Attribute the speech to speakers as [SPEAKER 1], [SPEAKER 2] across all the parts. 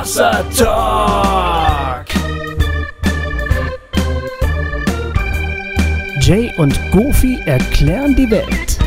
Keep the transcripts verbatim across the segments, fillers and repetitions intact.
[SPEAKER 1] Hossa Talk. Jay und Goofy erklären die Welt.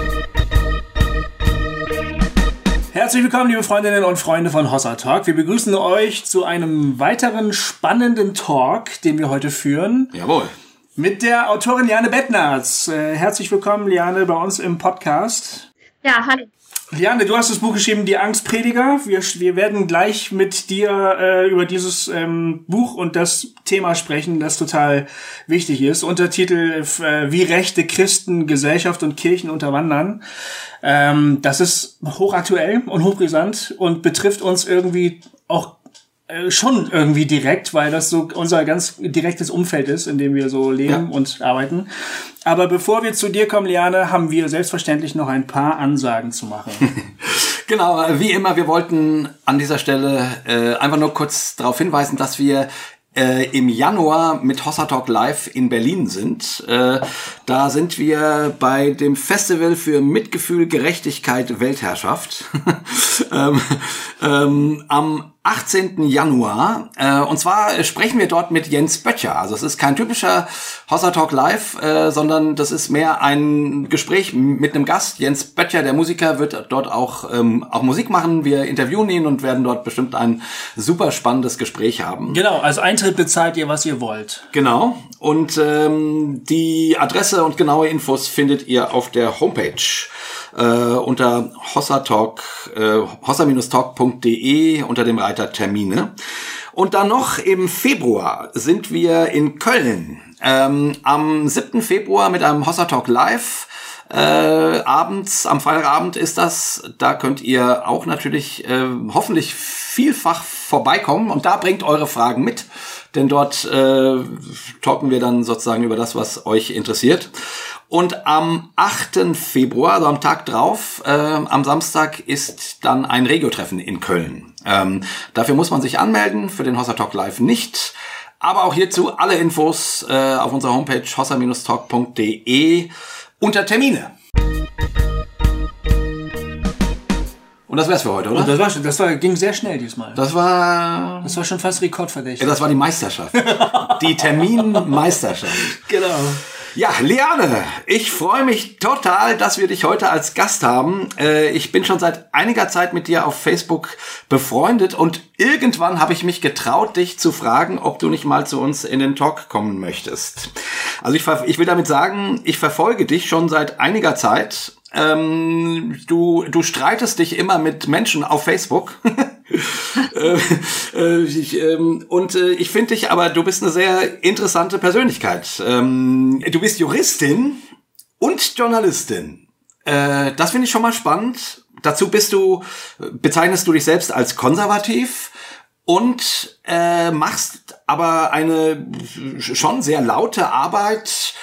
[SPEAKER 1] Herzlich willkommen, liebe Freundinnen und Freunde von Hossa Talk. Wir begrüßen euch zu einem weiteren spannenden Talk, den wir heute führen.
[SPEAKER 2] Jawohl.
[SPEAKER 1] Mit der Autorin Liane Bettnarz. Äh, herzlich willkommen, Liane, bei uns im Podcast.
[SPEAKER 3] Ja, hallo.
[SPEAKER 1] Liane, du hast das Buch geschrieben, Die Angstprediger. Wir, wir werden gleich mit dir äh, über dieses ähm, Buch und das Thema sprechen, das total wichtig ist. Untertitel äh, Wie rechte Christen Gesellschaft und Kirchen unterwandern. Ähm, das ist hochaktuell und hochbrisant und betrifft uns irgendwie auch schon irgendwie direkt, weil das so unser ganz direktes Umfeld ist, in dem wir so leben ja. und arbeiten. Aber bevor wir zu dir kommen, Liane, haben wir selbstverständlich noch ein paar Ansagen zu machen.
[SPEAKER 2] Genau, wie immer, wir wollten an dieser Stelle äh, einfach nur kurz darauf hinweisen, dass wir Äh, im Januar mit Hossa Talk Live in Berlin sind. Äh, da sind wir bei dem Festival für Mitgefühl, Gerechtigkeit, Weltherrschaft. ähm, ähm, am achtzehnten Januar. Äh, und zwar sprechen wir dort mit Jens Böttcher. Also es ist kein typischer Hossa Talk Live, äh, sondern das ist mehr ein Gespräch mit einem Gast. Jens Böttcher, der Musiker, wird dort auch, ähm, auch Musik machen. Wir interviewen ihn und werden dort bestimmt ein super spannendes Gespräch haben.
[SPEAKER 1] Genau, also Eintritt bezahlt ihr, was ihr wollt.
[SPEAKER 2] Genau. Und ähm, die Adresse und genaue Infos findet ihr auf der Homepage äh, unter hossatalk, äh, hossa-talk punkt de unter dem Reiter Termine. Und dann noch im Februar sind wir in Köln. Ähm, am siebten Februar mit einem Hossa Talk Live. Äh, abends, am Freitagabend ist das, da könnt ihr auch natürlich äh, hoffentlich vielfach vorbeikommen und da bringt eure Fragen mit, denn dort äh, talken wir dann sozusagen über das, was euch interessiert. Und am achten Februar, also am Tag drauf, äh, am Samstag, ist dann ein Regio-Treffen in Köln. Ähm, dafür muss man sich anmelden, für den Hossa Talk Live nicht. Aber auch hierzu alle Infos äh, auf unserer Homepage hossa-talk punkt de unter Termine. Und das wär's für heute, oder?
[SPEAKER 1] Und das war schon, das war, ging sehr schnell diesmal.
[SPEAKER 2] Das war...
[SPEAKER 1] Das war schon fast rekordverdächtig.
[SPEAKER 2] Ja, das war die Meisterschaft. Die Terminmeisterschaft.
[SPEAKER 1] Genau.
[SPEAKER 2] Ja, Liane, ich freue mich total, dass wir dich heute als Gast haben. Ich bin schon seit einiger Zeit mit dir auf Facebook befreundet und irgendwann habe ich mich getraut, dich zu fragen, ob du nicht mal zu uns in den Talk kommen möchtest. Also ich, ich will damit sagen, ich verfolge dich schon seit einiger Zeit. Ähm, du, du streitest dich immer mit Menschen auf Facebook. äh, äh, ich, ähm, und äh, ich finde dich, aber du bist eine sehr interessante Persönlichkeit. Ähm, du bist Juristin und Journalistin. Äh, das finde ich schon mal spannend. Dazu bist du, bezeichnest du dich selbst als konservativ und äh, machst aber eine schon sehr laute Arbeit,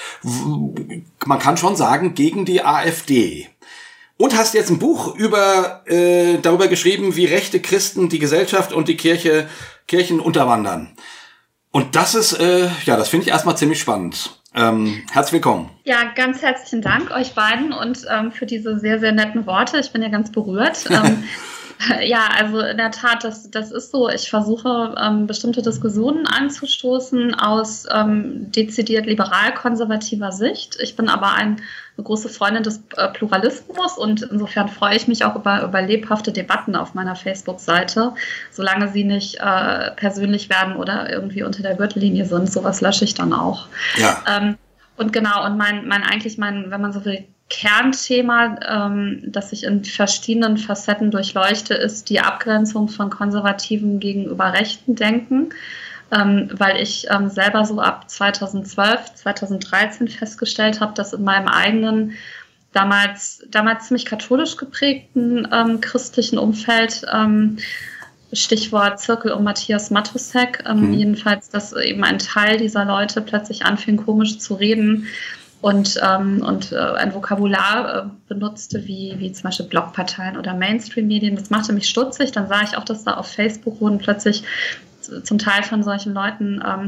[SPEAKER 2] man kann schon sagen, gegen die AfD. Und hast jetzt ein Buch über äh, darüber geschrieben, wie rechte Christen die Gesellschaft und die Kirche Kirchen unterwandern. Und das ist, äh, ja, das finde ich erstmal ziemlich spannend. Ähm, herzlich willkommen.
[SPEAKER 3] Ja, ganz herzlichen Dank euch beiden und ähm, für diese sehr, sehr netten Worte. Ich bin ja ganz berührt. ähm, Ja, also in der Tat, das, das ist so. Ich versuche, ähm, bestimmte Diskussionen anzustoßen aus ähm, dezidiert liberal-konservativer Sicht. Ich bin aber ein, eine große Freundin des äh, Pluralismus und insofern freue ich mich auch über, über lebhafte Debatten auf meiner Facebook-Seite, solange sie nicht äh, persönlich werden oder irgendwie unter der Gürtellinie sind. Sowas lösche ich dann auch.
[SPEAKER 2] Ja.
[SPEAKER 3] Ähm, und genau, und mein, mein eigentlich mein, wenn man so will, Kernthema, ähm, das ich in verschiedenen Facetten durchleuchte, ist die Abgrenzung von konservativen gegenüber rechten Denken, ähm, weil ich ähm, selber so ab zweitausendzwölf, zweitausenddreizehn festgestellt habe, dass in meinem eigenen, damals, damals ziemlich katholisch geprägten ähm, christlichen Umfeld, ähm, Stichwort Zirkel um Matthias Matusek, ähm, mhm. jedenfalls, dass eben ein Teil dieser Leute plötzlich anfing, komisch zu reden, und, ähm, und äh, ein Vokabular äh, benutzte, wie, wie zum Beispiel Blockparteien oder Mainstream-Medien. Das machte mich stutzig. Dann sah ich auch, dass da auf Facebook wurden plötzlich zum Teil von solchen Leuten ähm,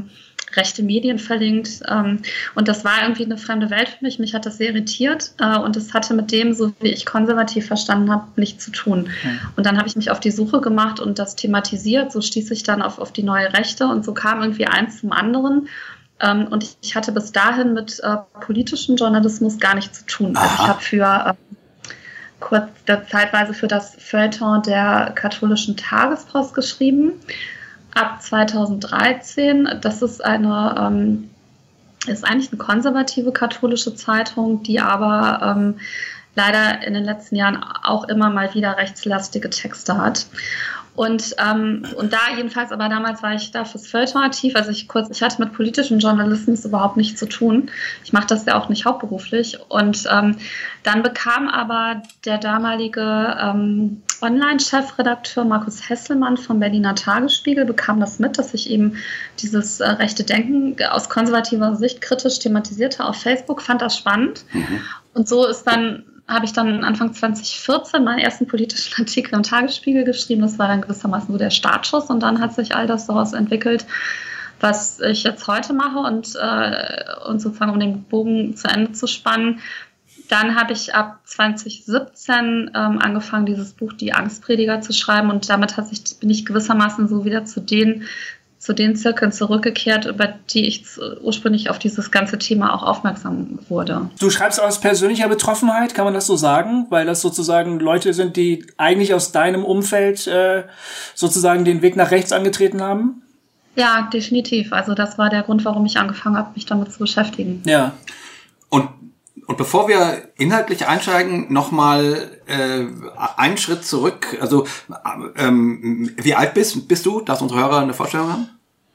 [SPEAKER 3] rechte Medien verlinkt. Ähm, und das war irgendwie eine fremde Welt für mich. Mich hat das sehr irritiert. Äh, und es hatte mit dem, so wie ich konservativ verstanden habe, nichts zu tun. Mhm. Und dann habe ich mich auf die Suche gemacht und das thematisiert. So stieß ich dann auf, auf die neue Rechte. Und so kam irgendwie eins zum anderen. Ähm, und ich, ich hatte bis dahin mit äh, politischem Journalismus gar nichts zu tun. Also ich habe für äh, kurz der, zeitweise für das Feuilleton der katholischen Tagespost geschrieben. Ab zweitausenddreizehn. Das ist eine ähm, ist eigentlich eine konservative katholische Zeitung, die aber ähm, leider in den letzten Jahren auch immer mal wieder rechtslastige Texte hat. Und, ähm, und da jedenfalls, aber damals war ich da fürs Feuilleton aktiv, also ich kurz, ich hatte mit politischem Journalismus überhaupt nichts zu tun. Ich mache das ja auch nicht hauptberuflich. Und ähm, dann bekam aber der damalige ähm, Online-Chefredakteur Markus Hesselmann vom Berliner Tagesspiegel bekam das mit, dass ich eben dieses äh, rechte Denken aus konservativer Sicht kritisch thematisierte auf Facebook, fand das spannend. Mhm. Und so ist dann habe ich dann Anfang zwanzig vierzehn meinen ersten politischen Artikel im Tagesspiegel geschrieben. Das war dann gewissermaßen so der Startschuss und dann hat sich all das daraus entwickelt, was ich jetzt heute mache und, äh, und sozusagen um den Bogen zu Ende zu spannen. Dann habe ich ab zwanzig siebzehn ähm, angefangen, dieses Buch Die Angstprediger zu schreiben und damit hat sich, bin ich gewissermaßen so wieder zu den zu den Zirkeln zurückgekehrt, über die ich ursprünglich auf dieses ganze Thema auch aufmerksam wurde.
[SPEAKER 1] Du schreibst aus persönlicher Betroffenheit, kann man das so sagen? Weil das sozusagen Leute sind, die eigentlich aus deinem Umfeld äh, sozusagen den Weg nach rechts angetreten haben?
[SPEAKER 3] Ja, definitiv. Also das war der Grund, warum ich angefangen habe, mich damit zu beschäftigen.
[SPEAKER 1] Ja.
[SPEAKER 2] Und Und bevor wir inhaltlich einsteigen, nochmal äh, einen Schritt zurück. Also, ähm, wie alt bist, bist du? Darfst unsere Hörer eine Vorstellung haben?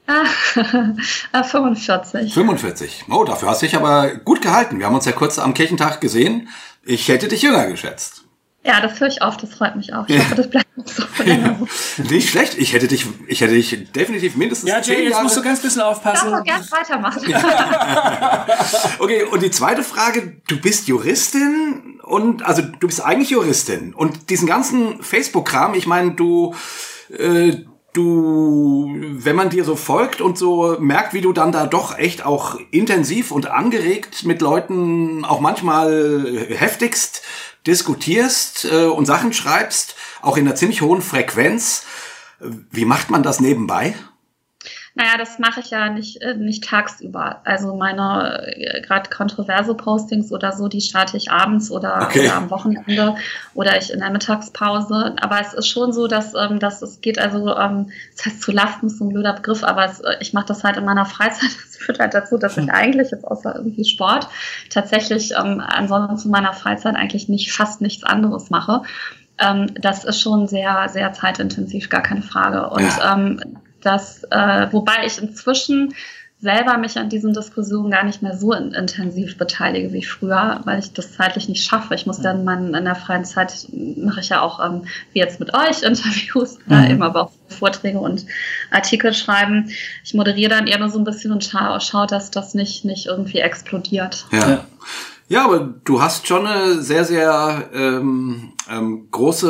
[SPEAKER 3] Ah, fünfundvierzig.
[SPEAKER 2] fünfundvierzig. Oh, dafür hast du dich aber gut gehalten. Wir haben uns ja kurz am Kirchentag gesehen. Ich hätte dich jünger geschätzt.
[SPEAKER 3] Ja, das höre ich oft, das freut mich auch. Ich hoffe, das bleibt noch so.
[SPEAKER 2] Ja. Nicht schlecht. Ich hätte dich, ich hätte dich definitiv mindestens
[SPEAKER 1] ja, Jay, jetzt Jahre... musst du ganz bisschen aufpassen.
[SPEAKER 3] Ich darf auch gerne weitermachen.
[SPEAKER 2] Ja. Okay, und die zweite Frage, du bist Juristin und, also du bist eigentlich Juristin und diesen ganzen Facebook-Kram, ich meine, du, äh, du, wenn man dir so folgt und so merkt, wie du dann da doch echt auch intensiv und angeregt mit Leuten auch manchmal heftigst diskutierst äh, und Sachen schreibst, auch in einer ziemlich hohen Frequenz. Wie macht man das nebenbei?
[SPEAKER 3] Naja, das mache ich ja nicht, äh, nicht tagsüber. Also meine äh, gerade kontroverse Postings oder so, die starte ich abends oder, okay. oder am Wochenende oder ich in der Mittagspause. Aber es ist schon so, dass, ähm, dass es geht, also ähm, das heißt zu Lasten ist so ein blöder Begriff, aber es, ich mache das halt in meiner Freizeit. Das führt halt dazu, dass ich eigentlich jetzt außer irgendwie Sport tatsächlich ähm, ansonsten zu meiner Freizeit eigentlich nicht fast nichts anderes mache. Ähm, das ist schon sehr, sehr zeitintensiv, gar keine Frage. Und ja. ähm, Das, äh, wobei ich inzwischen selber mich an diesen Diskussionen gar nicht mehr so in, intensiv beteilige wie früher, weil ich das zeitlich nicht schaffe. Ich muss dann mein, in der freien Zeit mache ich ja auch, ähm, wie jetzt mit euch, Interviews, mhm. äh, immer aber auch Vorträge und Artikel schreiben. Ich moderiere dann eher nur so ein bisschen und schaue, schau, dass das nicht, nicht irgendwie explodiert.
[SPEAKER 2] Ja. Ja. Ja, aber du hast schon eine sehr, sehr ähm, ähm, große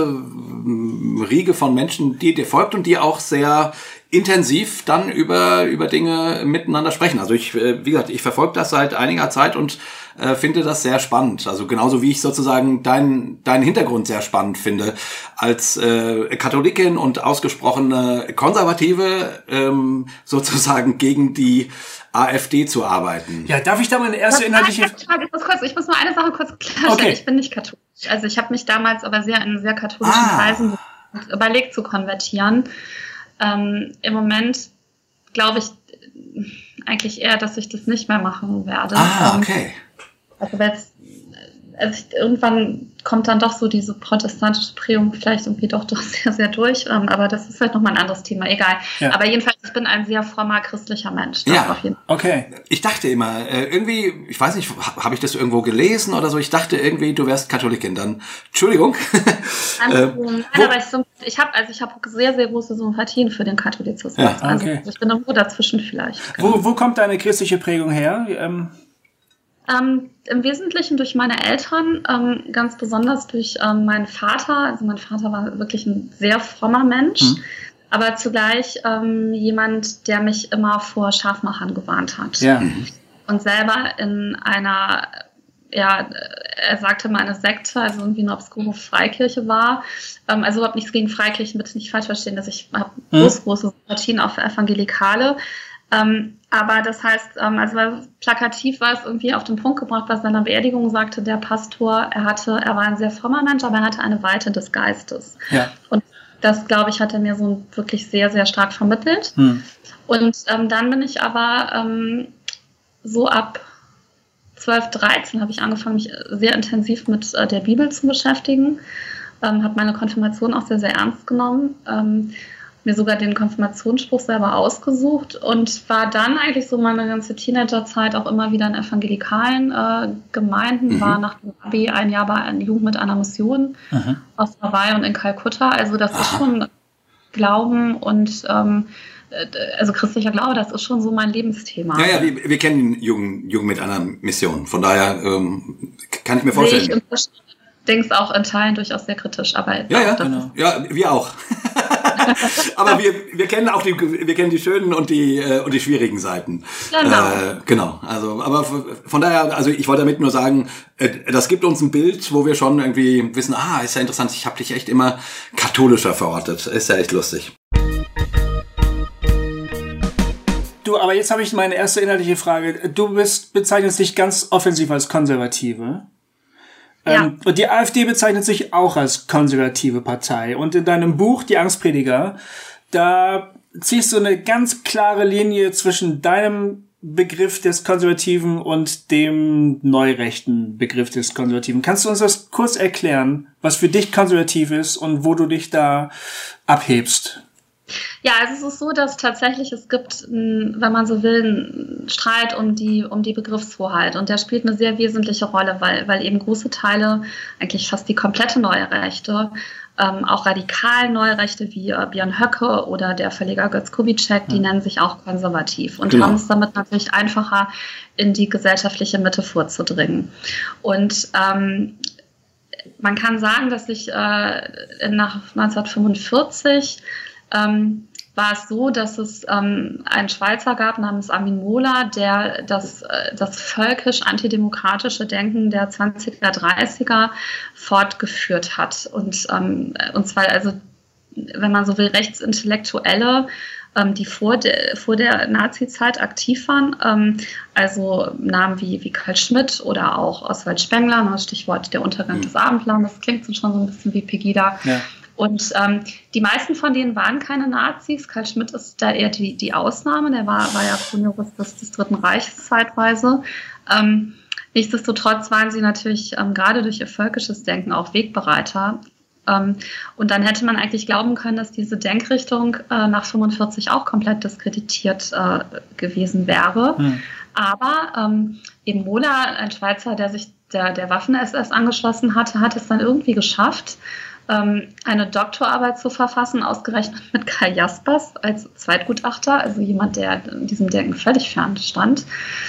[SPEAKER 2] ähm, Riege von Menschen, die dir folgt und die auch sehr intensiv dann über über Dinge miteinander sprechen. Also ich, äh, wie gesagt, ich verfolge das seit einiger Zeit und äh, finde das sehr spannend. Also genauso wie ich sozusagen deinen deinen Hintergrund sehr spannend finde als äh, Katholikin und ausgesprochene Konservative ähm, sozusagen gegen die AfD zu arbeiten.
[SPEAKER 1] Ja, darf ich da mal eine erste das inhaltliche...
[SPEAKER 3] Ich muss, kurz, ich muss nur eine Sache kurz klarstellen. Okay. Ich bin nicht katholisch. Also ich habe mich damals aber sehr in sehr katholischen ah. Kreisen überlegt zu konvertieren. Ähm, Im Moment glaube ich eigentlich eher, dass ich das nicht mehr machen werde.
[SPEAKER 2] Ah, okay.
[SPEAKER 3] Also jetzt, also ich, irgendwann kommt dann doch so diese protestantische Prägung vielleicht irgendwie doch, doch sehr, sehr durch. Ähm, aber das ist vielleicht nochmal ein anderes Thema, egal. Ja. Aber jedenfalls, ich bin ein sehr frommer christlicher Mensch.
[SPEAKER 2] Ja, auf jeden Fall. Okay. Ich dachte immer, äh, irgendwie, ich weiß nicht, habe ich das irgendwo gelesen oder so? Ich dachte irgendwie, du wärst Katholikin dann. Entschuldigung.
[SPEAKER 3] Also, äh, nein, aber ich, so, ich habe also ich habe sehr, sehr große Sympathien für den Katholizismus. Ja, okay. Also ich bin irgendwo dazwischen vielleicht.
[SPEAKER 1] Wo, wo kommt deine christliche Prägung her? Ähm
[SPEAKER 3] Ähm, im Wesentlichen durch meine Eltern, ähm, ganz besonders durch ähm, meinen Vater. Also mein Vater war wirklich ein sehr frommer Mensch. Mhm. aber zugleich ähm, jemand, der mich immer vor Scharfmachern gewarnt hat.
[SPEAKER 1] Ja.
[SPEAKER 3] Und selber in einer, ja, er sagte mal eine Sekte, also irgendwie eine obskure Freikirche war. Ähm, also überhaupt nichts gegen Freikirchen, bitte nicht falsch verstehen, dass ich habe
[SPEAKER 1] hm.
[SPEAKER 3] große, große Sympathien auch für Evangelikale. Ähm, aber das heißt, ähm, also plakativ war es irgendwie auf den Punkt gebracht, bei seiner Beerdigung sagte der Pastor, er hatte, er war ein sehr frommer Mensch, aber er hatte eine Weite des Geistes.
[SPEAKER 1] Ja.
[SPEAKER 3] Und das, glaube ich, hat er mir so wirklich sehr, sehr stark vermittelt.
[SPEAKER 1] Hm.
[SPEAKER 3] Und ähm, dann bin ich aber ähm, so ab zwölf, dreizehn habe ich angefangen, mich sehr intensiv mit äh, der Bibel zu beschäftigen. Ähm, habe meine Konfirmation auch sehr, sehr ernst genommen. Ähm, mir sogar den Konfirmationsspruch selber ausgesucht und war dann eigentlich so meine ganze Teenagerzeit auch immer wieder in evangelikalen äh, Gemeinden, mhm. war nach dem Abi ein Jahr bei einer Jugend mit einer Mission mhm. aus Hawaii und in Kalkutta. Also das ist schon Glauben und ähm, also christlicher Glaube, das ist schon so mein Lebensthema.
[SPEAKER 2] Ja, ja, wir, wir kennen Jugend, Jugend mit einer Mission. Von daher ähm, kann ich mir vorstellen.
[SPEAKER 3] Ich denke es auch in Teilen durchaus sehr kritisch, aber
[SPEAKER 2] ja, ja, genau. Ja, wir auch. Aber wir, wir kennen auch die, wir kennen die schönen und die, äh, und die schwierigen Seiten.
[SPEAKER 3] Genau.
[SPEAKER 2] Äh, genau. Also, aber von daher, also ich wollte damit nur sagen, äh, das gibt uns ein Bild, wo wir schon irgendwie wissen, ah, ist ja interessant, ich habe dich echt immer katholischer verortet. Ist ja echt lustig.
[SPEAKER 1] Du, aber jetzt habe ich meine erste inhaltliche Frage. Du bist, bezeichnest dich ganz offensiv als Konservative.
[SPEAKER 3] Ja.
[SPEAKER 1] Ähm, und die AfD bezeichnet sich auch als konservative Partei. Und in deinem Buch, Die Angstprediger, da ziehst du eine ganz klare Linie zwischen deinem Begriff des Konservativen und dem neurechten Begriff des Konservativen. Kannst du uns das kurz erklären, was für dich konservativ ist und wo du dich da abhebst?
[SPEAKER 3] Ja, also es ist so, dass tatsächlich es gibt, wenn man so will, einen Streit um die, um die Begriffshoheit. Und der spielt eine sehr wesentliche Rolle, weil, weil eben große Teile, eigentlich fast die komplette neue Rechte, ähm, auch radikal neue Rechte wie äh, Björn Höcke oder der Verleger Götz Kubitschek, die ja. nennen sich auch konservativ und genau. haben es damit natürlich einfacher, in die gesellschaftliche Mitte vorzudringen. Und ähm, man kann sagen, dass sich äh, nach neunzehnhundertfünfundvierzig Ähm, war es so, dass es ähm, einen Schweizer gab namens Armin Mohler, der das, äh, das völkisch-antidemokratische Denken der zwanziger, dreißiger fortgeführt hat. Und, ähm, und zwar, also, wenn man so will, Rechtsintellektuelle, ähm, die vor der, vor der Nazi-Zeit aktiv waren, ähm, also Namen wie, wie Carl Schmitt oder auch Oswald Spengler, das Stichwort der Untergang mhm. des Abendlandes, das klingt so schon so ein bisschen wie Pegida. Ja. Und ähm, die meisten von denen waren keine Nazis. Carl Schmitt ist da eher die, die Ausnahme. Der war, war ja Kronjurist des, des Dritten Reiches zeitweise. Ähm, nichtsdestotrotz waren sie natürlich ähm, gerade durch ihr völkisches Denken auch Wegbereiter. Ähm, und dann hätte man eigentlich glauben können, dass diese Denkrichtung äh, nach fünfundvierzig auch komplett diskreditiert äh, gewesen wäre. Hm. Aber ähm, eben Mohler, ein Schweizer, der sich der, der Waffen-S S angeschlossen hatte, hat es dann irgendwie geschafft, eine Doktorarbeit zu verfassen, ausgerechnet mit Karl Jaspers als Zweitgutachter, also jemand, der diesem Denken völlig fern stand.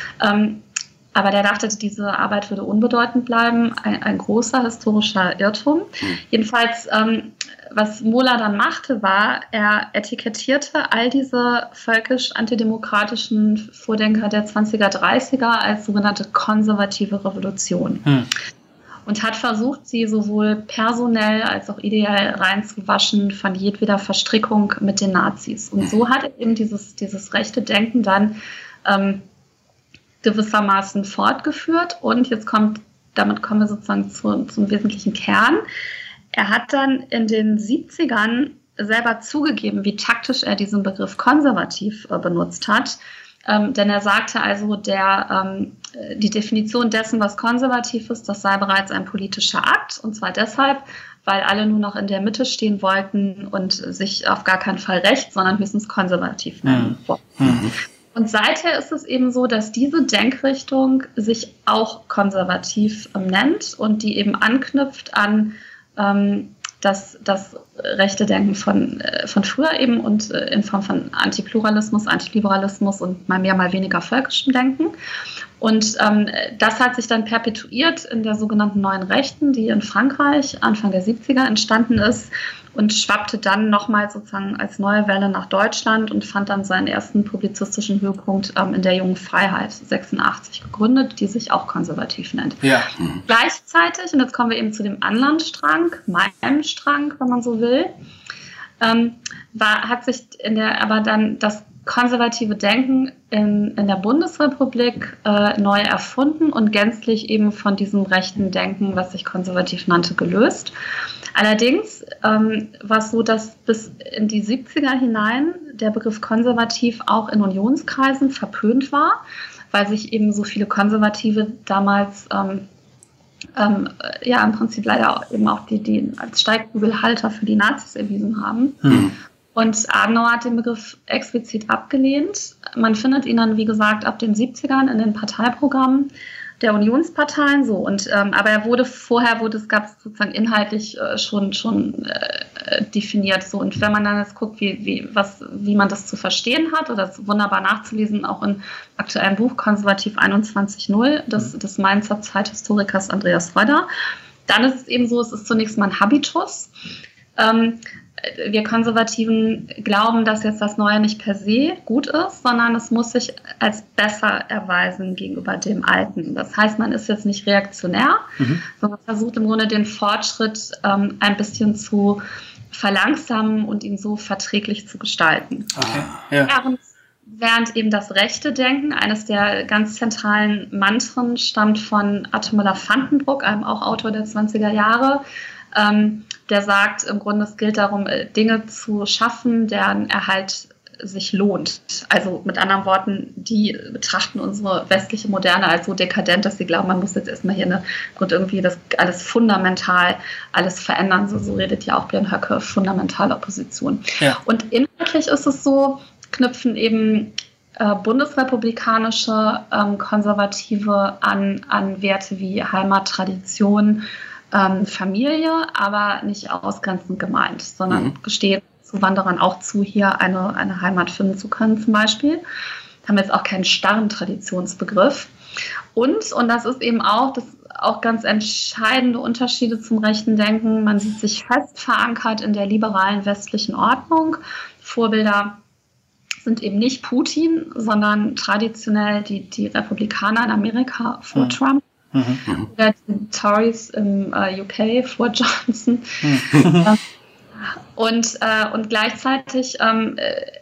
[SPEAKER 3] Aber der dachte, diese Arbeit würde unbedeutend bleiben, ein, ein großer historischer Irrtum. Mhm. Jedenfalls, was Mohler dann machte, war, er etikettierte all diese völkisch-antidemokratischen Vordenker der zwanziger, dreißiger als sogenannte konservative Revolution. Mhm. Und hat versucht, sie sowohl personell als auch ideell reinzuwaschen von jedweder Verstrickung mit den Nazis. Und so hat eben dieses, dieses rechte Denken dann ähm, gewissermaßen fortgeführt. Und jetzt kommt, damit kommen wir sozusagen zu, zum wesentlichen Kern. Er hat dann in den siebzigern selber zugegeben, wie taktisch er diesen Begriff konservativ äh, benutzt hat. Ähm, denn er sagte also, der, ähm, die Definition dessen, was konservativ ist, das sei bereits ein politischer Akt. Und zwar deshalb, weil alle nur noch in der Mitte stehen wollten und sich auf gar keinen Fall rechts, sondern höchstens konservativ nennen wollten. Mhm. Und seither ist es eben so, dass diese Denkrichtung sich auch konservativ ähm, nennt und die eben anknüpft an ähm, das, das rechte Denken von, äh, von früher eben und äh, in Form von Antipluralismus, Antiliberalismus und mal mehr, mal weniger völkischem Denken. Und ähm, das hat sich dann perpetuiert in der sogenannten Neuen Rechten, die in Frankreich Anfang der siebziger entstanden ist und schwappte dann nochmal sozusagen als neue Welle nach Deutschland und fand dann seinen ersten publizistischen Höhepunkt ähm, in der Jungen Freiheit sechsundachtzig gegründet, die sich auch konservativ nennt.
[SPEAKER 1] Ja.
[SPEAKER 3] Mhm. Gleichzeitig, und jetzt kommen wir eben zu dem anderen Strang, meinem Strang, wenn man so will, ähm, war, hat sich in der aber dann das konservative Denken in, in der Bundesrepublik äh, neu erfunden und gänzlich eben von diesem rechten Denken, was sich konservativ nannte, gelöst. Allerdings ähm, war es so, dass bis in die siebziger hinein der Begriff konservativ auch in Unionskreisen verpönt war, weil sich eben so viele Konservative damals ähm, ähm, ja im Prinzip leider eben auch die, die als Steigbügelhalter für die Nazis erwiesen haben. Hm. Und Adenauer hat den Begriff explizit abgelehnt. Man findet ihn dann, wie gesagt, ab den siebzigern in den Parteiprogrammen der Unionsparteien. So. Und, ähm, aber er wurde vorher, wurde es gab sozusagen inhaltlich äh, schon, schon äh, definiert. So. Und wenn man dann jetzt guckt, wie, wie, was, wie man das zu verstehen hat, oder das ist wunderbar nachzulesen, auch im aktuellen Buch Konservativ einundzwanzig null des, des Mainzer Zeithistorikers Andreas Röder, dann ist es eben so, es ist zunächst mal ein Habitus. Ähm, Wir Konservativen glauben, dass jetzt das Neue nicht per se gut ist, sondern es muss sich als besser erweisen gegenüber dem Alten. Das heißt, man ist jetzt nicht reaktionär, mhm. sondern versucht im Grunde den Fortschritt ähm, ein bisschen zu verlangsamen und ihn so verträglich zu gestalten.
[SPEAKER 1] Okay. Ja.
[SPEAKER 3] Während, während eben das rechte Denken, eines der ganz zentralen Mantren, stammt von Attila Vandenbroucke, einem auch Autor der zwanziger Jahre, ähm, der sagt, im Grunde es gilt darum, Dinge zu schaffen, deren Erhalt sich lohnt. Also mit anderen Worten, die betrachten unsere westliche Moderne als so dekadent, dass sie glauben, man muss jetzt erstmal hier eine, und irgendwie das alles fundamental, alles verändern. So, so redet ja auch Björn Höcke, fundamentale Opposition. Ja. Und inhaltlich ist es so, knüpfen eben äh, bundesrepublikanische ähm, Konservative an, an Werte wie Heimat, Tradition, Ähm, Familie, aber nicht ausgrenzend gemeint, sondern mhm. gesteht Zuwanderern auch zu, hier eine, eine Heimat finden zu können zum Beispiel. Haben jetzt auch keinen starren Traditionsbegriff. Und, und das ist eben auch, das auch ganz entscheidende Unterschiede zum rechten Denken, man sieht sich fest verankert in der liberalen westlichen Ordnung. Vorbilder sind eben nicht Putin, sondern traditionell die, die Republikaner in Amerika vor mhm. Trump. Mhm. Oder die Tories im äh, U K vor Johnson. Mhm. und, äh, und gleichzeitig ähm,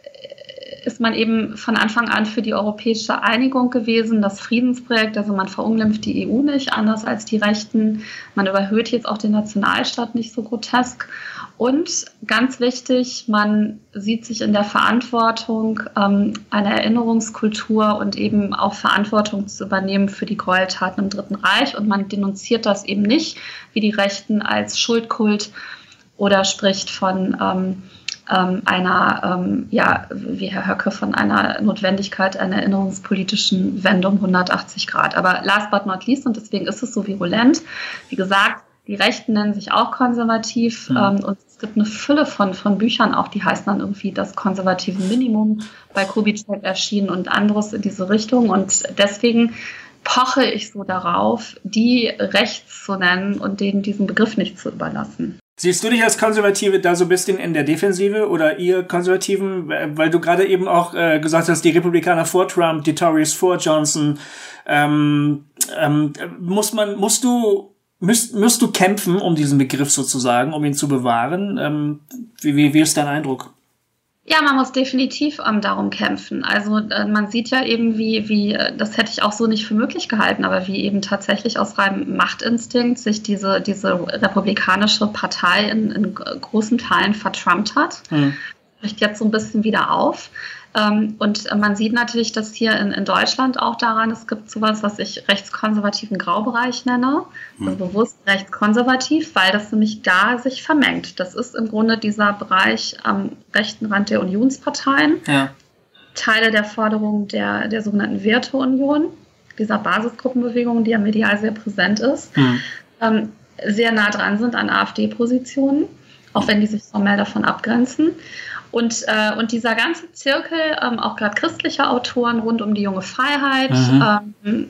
[SPEAKER 3] ist man eben von Anfang an für die europäische Einigung gewesen, das Friedensprojekt, also man verunglimpft die E U nicht, anders als die Rechten. Man überhöht jetzt auch den Nationalstaat nicht so grotesk. Und ganz wichtig, man sieht sich in der Verantwortung, ähm, eine Erinnerungskultur und eben auch Verantwortung zu übernehmen für die Gräueltaten im Dritten Reich. Und man denunziert das eben nicht, wie die Rechten, als Schuldkult oder spricht von ähm, ähm, einer, ähm, ja, wie Herr Höcke, von einer Notwendigkeit einer erinnerungspolitischen Wende um hundertachtzig Grad. Aber last but not least, und deswegen ist es so virulent, wie gesagt, die Rechten nennen sich auch konservativ, mhm. ähm, und es gibt eine Fülle von, von Büchern auch, die heißen dann irgendwie das konservative Minimum, bei Kubitschek erschienen und anderes in diese Richtung. Und deswegen poche ich so darauf, die rechts zu nennen und denen diesen Begriff nicht zu überlassen.
[SPEAKER 1] Siehst du dich als Konservative da so ein bisschen in der Defensive oder ihr Konservativen, weil du gerade eben auch äh, gesagt hast, die Republikaner vor Trump, die Tories vor Johnson, ähm, ähm, muss man, musst du Müsst, müsst du kämpfen, um diesen Begriff sozusagen, um ihn zu bewahren? Ähm, wie, wie, wie ist dein Eindruck?
[SPEAKER 3] Ja, man muss definitiv ähm, darum kämpfen. Also äh, man sieht ja eben, wie, wie, das hätte ich auch so nicht für möglich gehalten, aber wie eben tatsächlich aus reinem Machtinstinkt sich diese, diese republikanische Partei in, in großen Teilen vertrumpt hat. Hm. Bricht jetzt so ein bisschen wieder auf. Und man sieht natürlich, dass hier in, in Deutschland auch daran, es gibt sowas, was ich rechtskonservativen Graubereich nenne, also bewusst rechtskonservativ, weil das nämlich da sich vermengt. Das ist im Grunde dieser Bereich am rechten Rand der Unionsparteien, ja. Teile der Forderung der, der sogenannten Werteunion, dieser Basisgruppenbewegung, die ja medial sehr präsent ist, mhm. ähm, sehr nah dran sind an AfD-Positionen, auch wenn die sich formell davon abgrenzen. Und, äh, und dieser ganze Zirkel, ähm, auch gerade christliche Autoren rund um die junge Freiheit,
[SPEAKER 1] Mhm.
[SPEAKER 3] ähm,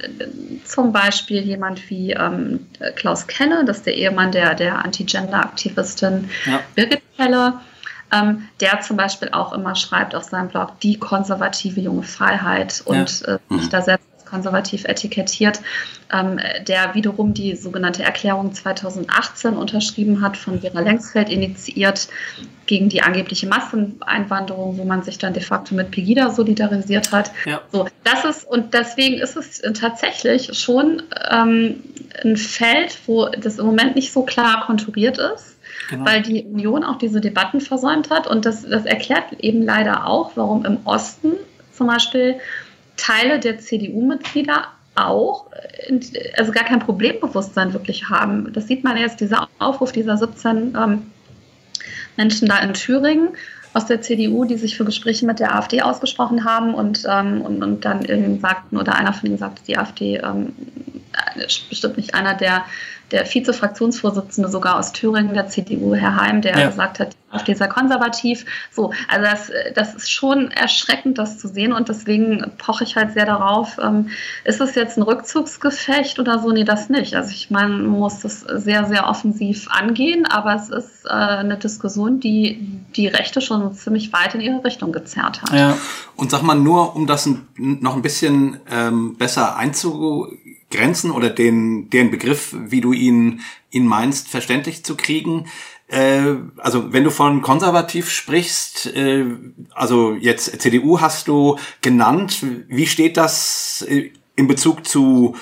[SPEAKER 3] zum Beispiel jemand wie ähm, Klaus Kelle, das ist der Ehemann der, der Anti-Gender-Aktivistin
[SPEAKER 1] Ja.
[SPEAKER 3] Birgit Kelle, ähm, der zum Beispiel auch immer schreibt auf seinem Blog die konservative junge Freiheit und
[SPEAKER 1] Ja.
[SPEAKER 3] äh, sich da selbst konservativ etikettiert, ähm, der wiederum die sogenannte Erklärung zweitausendachtzehn unterschrieben hat, von Vera Lengsfeld initiiert, gegen die angebliche Masseneinwanderung, wo man sich dann de facto mit Pegida solidarisiert hat.
[SPEAKER 1] Ja.
[SPEAKER 3] So, das ist, und deswegen ist es tatsächlich schon ähm, ein Feld, wo das im Moment nicht so klar konturiert ist. Genau. Weil die Union auch diese Debatten versäumt hat. Und das, das erklärt eben leider auch, warum im Osten zum Beispiel Teile der C D U-Mitglieder auch, also gar kein Problembewusstsein wirklich haben. Das sieht man erst, dieser Aufruf dieser siebzehn ähm, Menschen da in Thüringen aus der C D U, die sich für Gespräche mit der AfD ausgesprochen haben und, ähm, und, und dann irgendwie sagten, oder einer von ihnen sagte, die AfD ähm, bestimmt nicht einer der der Vize-Fraktionsvorsitzende sogar aus Thüringen, der C D U, Herr Heim, der ja. gesagt hat, die AfD sei konservativ. So, also das, das ist schon erschreckend, das zu sehen und deswegen poche ich halt sehr darauf, ähm, ist es jetzt ein Rückzugsgefecht oder so? Nee, das nicht. Also ich meine, man muss das sehr, sehr offensiv angehen, aber es ist äh, eine Diskussion, die die Rechte schon ziemlich weit in ihre Richtung gezerrt hat.
[SPEAKER 2] Ja. Und sag mal, nur um das noch ein bisschen ähm, besser einzugrenzen, Grenzen oder den, den Begriff, wie du ihn, ihn meinst, verständlich zu kriegen. Äh, also wenn du von konservativ sprichst, äh, also jetzt C D U hast du genannt, wie steht das in Bezug zu,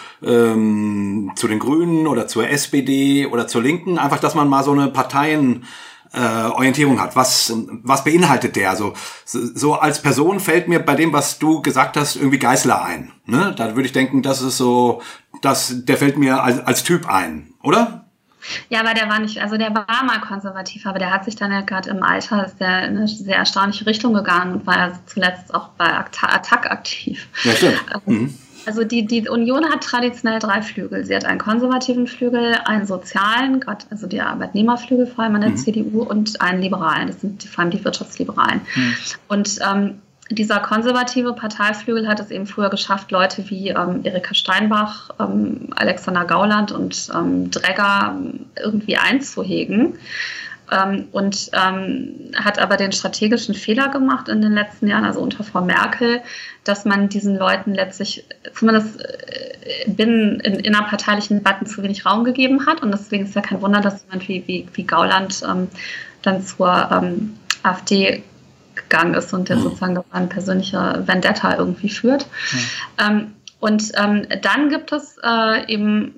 [SPEAKER 2] ähm, zu den Grünen oder zur S P D oder zur Linken? Einfach, dass man mal so eine Parteien Äh, Orientierung hat. Was, was beinhaltet der? Also, so als Person fällt mir bei dem, was du gesagt hast, irgendwie Geißler ein. Ne? Da würde ich denken, das ist so, das, der fällt mir als, als Typ ein, oder?
[SPEAKER 3] Ja, aber der war nicht, also der war mal konservativ, aber der hat sich dann ja gerade im Alter, ist der in eine sehr erstaunliche Richtung gegangen und war ja zuletzt auch bei Attac aktiv.
[SPEAKER 2] Ja, stimmt. Mhm.
[SPEAKER 3] Also die, die Union hat traditionell drei Flügel. Sie hat einen konservativen Flügel, einen sozialen, gerade also die Arbeitnehmerflügel vor allem an der mhm. C D U und einen liberalen. Das sind vor allem die Wirtschaftsliberalen. Mhm. Und ähm, dieser konservative Parteiflügel hat es eben früher geschafft, Leute wie ähm, Erika Steinbach, ähm, Alexander Gauland und ähm, Dregger irgendwie einzuhegen. Ähm, und ähm, hat aber den strategischen Fehler gemacht in den letzten Jahren, also unter Frau Merkel, dass man diesen Leuten letztlich zumindest äh, binnen in innerparteilichen Debatten zu wenig Raum gegeben hat. Und deswegen ist ja kein Wunder, dass jemand wie, wie, wie Gauland ähm, dann zur ähm, AfD gegangen ist und der mhm. sozusagen doch eine persönliche Vendetta irgendwie führt. Mhm. Ähm, und ähm, dann gibt es äh, eben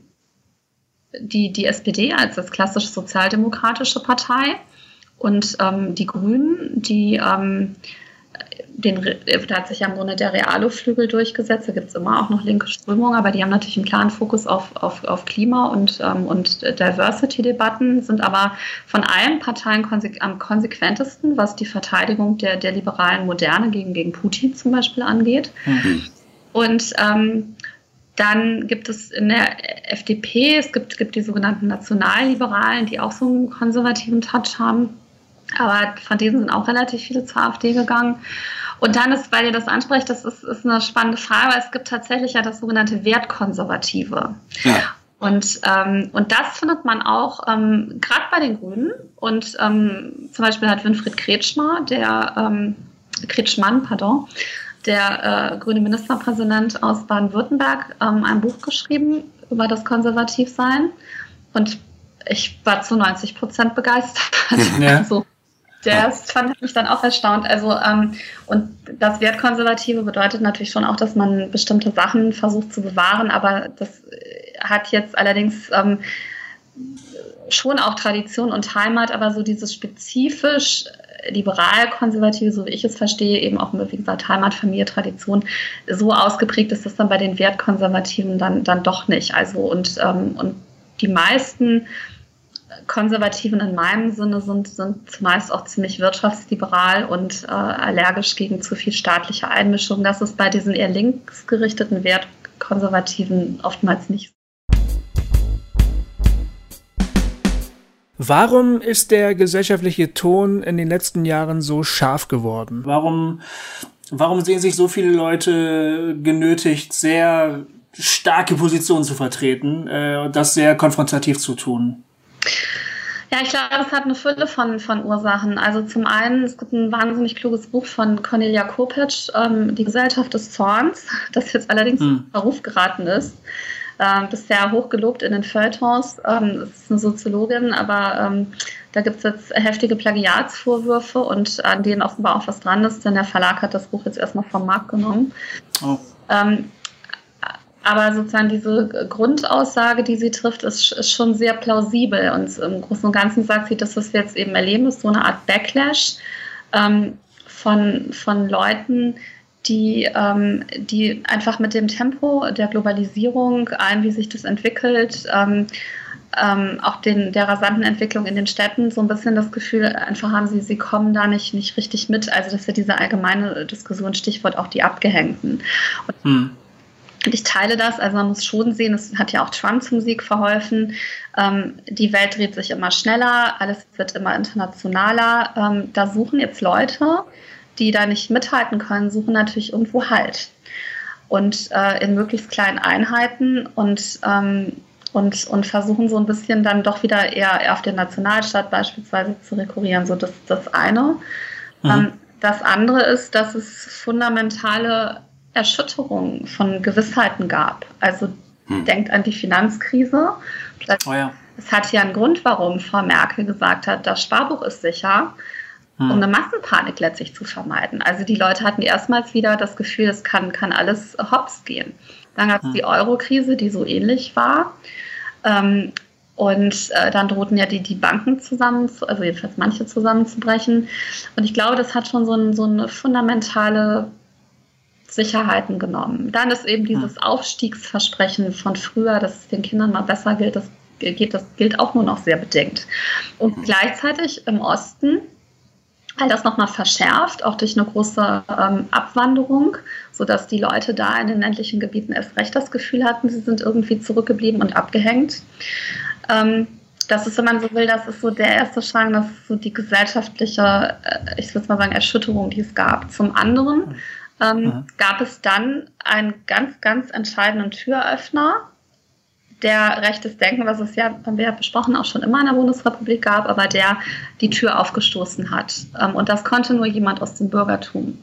[SPEAKER 3] Die, die S P D als das klassisch sozialdemokratische Partei und ähm, die Grünen, die ähm, den, da hat sich ja im Grunde der Realo-Flügel durchgesetzt, da gibt es immer auch noch linke Strömungen, aber die haben natürlich einen klaren Fokus auf, auf, auf Klima- und, ähm, und Diversity-Debatten, sind aber von allen Parteien konse- am konsequentesten, was die Verteidigung der, der liberalen Moderne gegen, gegen Putin zum Beispiel angeht. Mhm. Und ähm, dann gibt es in der F D P, es gibt, gibt die sogenannten Nationalliberalen, die auch so einen konservativen Touch haben. Aber von denen sind auch relativ viele zur AfD gegangen. Und dann ist, weil ihr das ansprecht, das ist, ist eine spannende Frage, weil es gibt tatsächlich ja das sogenannte Wertkonservative. Ja. Und, ähm, und das findet man auch ähm, gerade bei den Grünen. Und ähm, zum Beispiel hat Winfried Kretschmer, der ähm, Kretschmann, pardon, der äh, grüne Ministerpräsident aus Baden-Württemberg, ähm, ein Buch geschrieben über das Konservativsein. Und ich war zu neunzig Prozent begeistert. Ja. Also, das fand mich dann auch erstaunt. Also, ähm, und das Wertkonservative bedeutet natürlich schon auch, dass man bestimmte Sachen versucht zu bewahren, aber das hat jetzt allerdings ähm, schon auch Tradition und Heimat, aber so dieses spezifisch liberal-konservative, so wie ich es verstehe, eben auch, wie gesagt, Heimat, Familie, Tradition, so ausgeprägt ist das dann bei den Wertkonservativen dann, dann doch nicht. Also und, ähm, und die meisten Konservativen in meinem Sinne sind, sind zumeist auch ziemlich wirtschaftsliberal und äh, allergisch gegen zu viel staatliche Einmischung. Das ist bei diesen eher linksgerichteten Wertkonservativen oftmals nicht so.
[SPEAKER 1] Warum ist der gesellschaftliche Ton in den letzten Jahren so scharf geworden? Warum, warum sehen sich so viele Leute genötigt, sehr starke Positionen zu vertreten äh, und das sehr konfrontativ zu tun?
[SPEAKER 3] Ja, ich glaube, es hat eine Fülle von, von Ursachen. Also zum einen, es gibt ein wahnsinnig kluges Buch von Cornelia Kopitsch, ähm, Die Gesellschaft des Zorns, das jetzt allerdings hm. in Verruf geraten ist. Ähm, bisher hochgelobt in den Feuilletons. Ähm, das ist eine Soziologin, aber ähm, da gibt es jetzt heftige Plagiatsvorwürfe und an denen offenbar auch was dran ist, denn der Verlag hat das Buch jetzt erstmal vom Markt genommen. Oh. Ähm, Aber sozusagen diese Grundaussage, die sie trifft, ist, ist schon sehr plausibel. Und im Großen und Ganzen sagt sie, dass was wir jetzt eben erleben, ist so eine Art Backlash ähm, von, von Leuten, die, ähm, die einfach mit dem Tempo der Globalisierung, ein, wie sich das entwickelt, ähm, ähm, auch den, der rasanten Entwicklung in den Städten, so ein bisschen das Gefühl einfach haben, sie, sie kommen da nicht, nicht richtig mit. Also das ist ja diese allgemeine Diskussion, Stichwort auch die Abgehängten. Und hm. Und ich teile das, also man muss schon sehen, es hat ja auch Trump zum Sieg verholfen, ähm, die Welt dreht sich immer schneller, alles wird immer internationaler. Ähm, da suchen jetzt Leute, die da nicht mithalten können, suchen natürlich irgendwo Halt. Und äh, in möglichst kleinen Einheiten und, ähm, und, und versuchen so ein bisschen dann doch wieder eher, eher auf den Nationalstaat beispielsweise zu rekurrieren. So das, das eine. Mhm. Ähm, das andere ist, dass es fundamentale Erschütterung von Gewissheiten gab. Also hm. denkt an die Finanzkrise. Das, oh ja. Es hat ja einen Grund, warum Frau Merkel gesagt hat, das Sparbuch ist sicher, hm. um eine Massenpanik letztlich zu vermeiden. Also die Leute hatten erstmals wieder das Gefühl, es kann, kann alles hops gehen. Dann gab es hm. die Euro-Krise, die so ähnlich war. Ähm, und äh, dann drohten ja die, die Banken zusammen, zu, also jedenfalls manche zusammenzubrechen. Und ich glaube, das hat schon so, ein, so eine fundamentale Sicherheiten genommen. Dann ist eben dieses Aufstiegsversprechen von früher, dass es den Kindern mal besser gilt, das gilt, das gilt auch nur noch sehr bedingt. Und gleichzeitig im Osten all das nochmal verschärft, auch durch eine große ähm, Abwanderung, sodass die Leute da in den ländlichen Gebieten erst recht das Gefühl hatten, sie sind irgendwie zurückgeblieben und abgehängt. Ähm, das ist, wenn man so will, das ist so der erste Schrank, das ist so die gesellschaftliche, äh, ich würde mal sagen, Erschütterung, die es gab. Zum anderen Ähm, mhm. gab es dann einen ganz, ganz entscheidenden Türöffner, der rechtes Denken, was es ja, haben wir ja besprochen, auch schon immer in der Bundesrepublik gab, aber der die Tür aufgestoßen hat. Ähm, und das konnte nur jemand aus dem Bürgertum.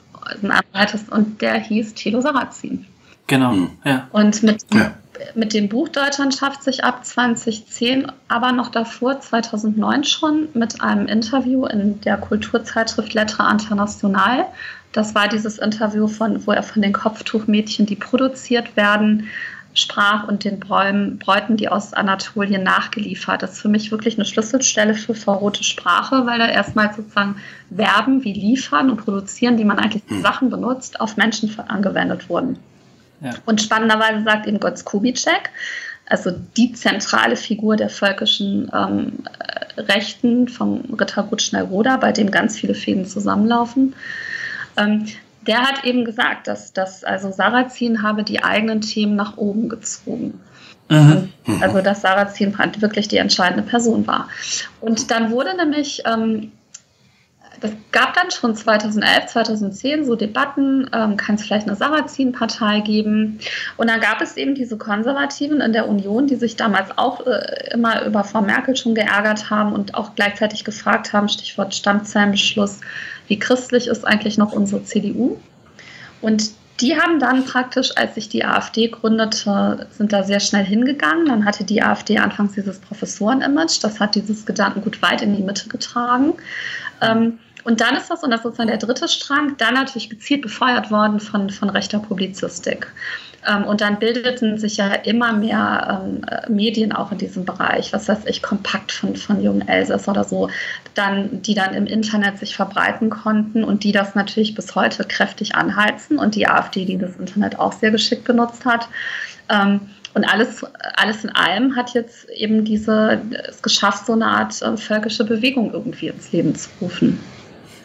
[SPEAKER 3] Und der hieß Thilo Sarrazin.
[SPEAKER 1] Genau, ja.
[SPEAKER 3] Und mit, ja. mit dem Buch Deutschland schafft sich ab zweitausendzehn, aber noch davor, zweitausendneun schon, mit einem Interview in der Kulturzeitschrift Lettres Internationales. Das war dieses Interview, von, wo er von den Kopftuchmädchen, die produziert werden, sprach und den Bräum, Bräuten, die aus Anatolien nachgeliefert. Das ist für mich wirklich eine Schlüsselstelle für verrote Sprache, weil da erstmal sozusagen Verben wie liefern und produzieren, die man eigentlich für Sachen benutzt, auf Menschen angewendet wurden. Ja. Und spannenderweise sagt eben Götz Kubitschek, also die zentrale Figur der völkischen ähm, Rechten vom Rittergut Schnellroda, bei dem ganz viele Fäden zusammenlaufen, Ähm, der hat eben gesagt, dass, dass also Sarrazin habe die eigenen Themen nach oben gezogen. Mhm. Also dass Sarrazin wirklich die entscheidende Person war. Und dann wurde nämlich, ähm, das gab dann schon zweitausendelf, zweitausendzehn so Debatten, ähm, kann es vielleicht eine Sarrazin-Partei geben? Und dann gab es eben diese Konservativen in der Union, die sich damals auch äh, immer über Frau Merkel schon geärgert haben und auch gleichzeitig gefragt haben, Stichwort Stammzellenbeschluss, wie christlich ist eigentlich noch unsere C D U? Und die haben dann praktisch, als sich die AfD gründete, sind da sehr schnell hingegangen. Dann hatte die AfD anfangs dieses Professoren-Image, das hat dieses Gedankengut weit in die Mitte getragen. Ähm, und dann ist das, und das ist sozusagen der dritte Strang, dann natürlich gezielt befeuert worden von, von rechter Publizistik. Ähm, und dann bildeten sich ja immer mehr ähm, Medien auch in diesem Bereich, was weiß ich, Kompakt von, von Jungen Elsäss oder so, dann, die dann im Internet sich verbreiten konnten und die das natürlich bis heute kräftig anheizen und die AfD, die das Internet auch sehr geschickt genutzt hat. Ähm, und alles, alles in allem hat jetzt eben diese, es geschafft, so eine Art äh, völkische Bewegung irgendwie ins Leben zu rufen.
[SPEAKER 1] Ja,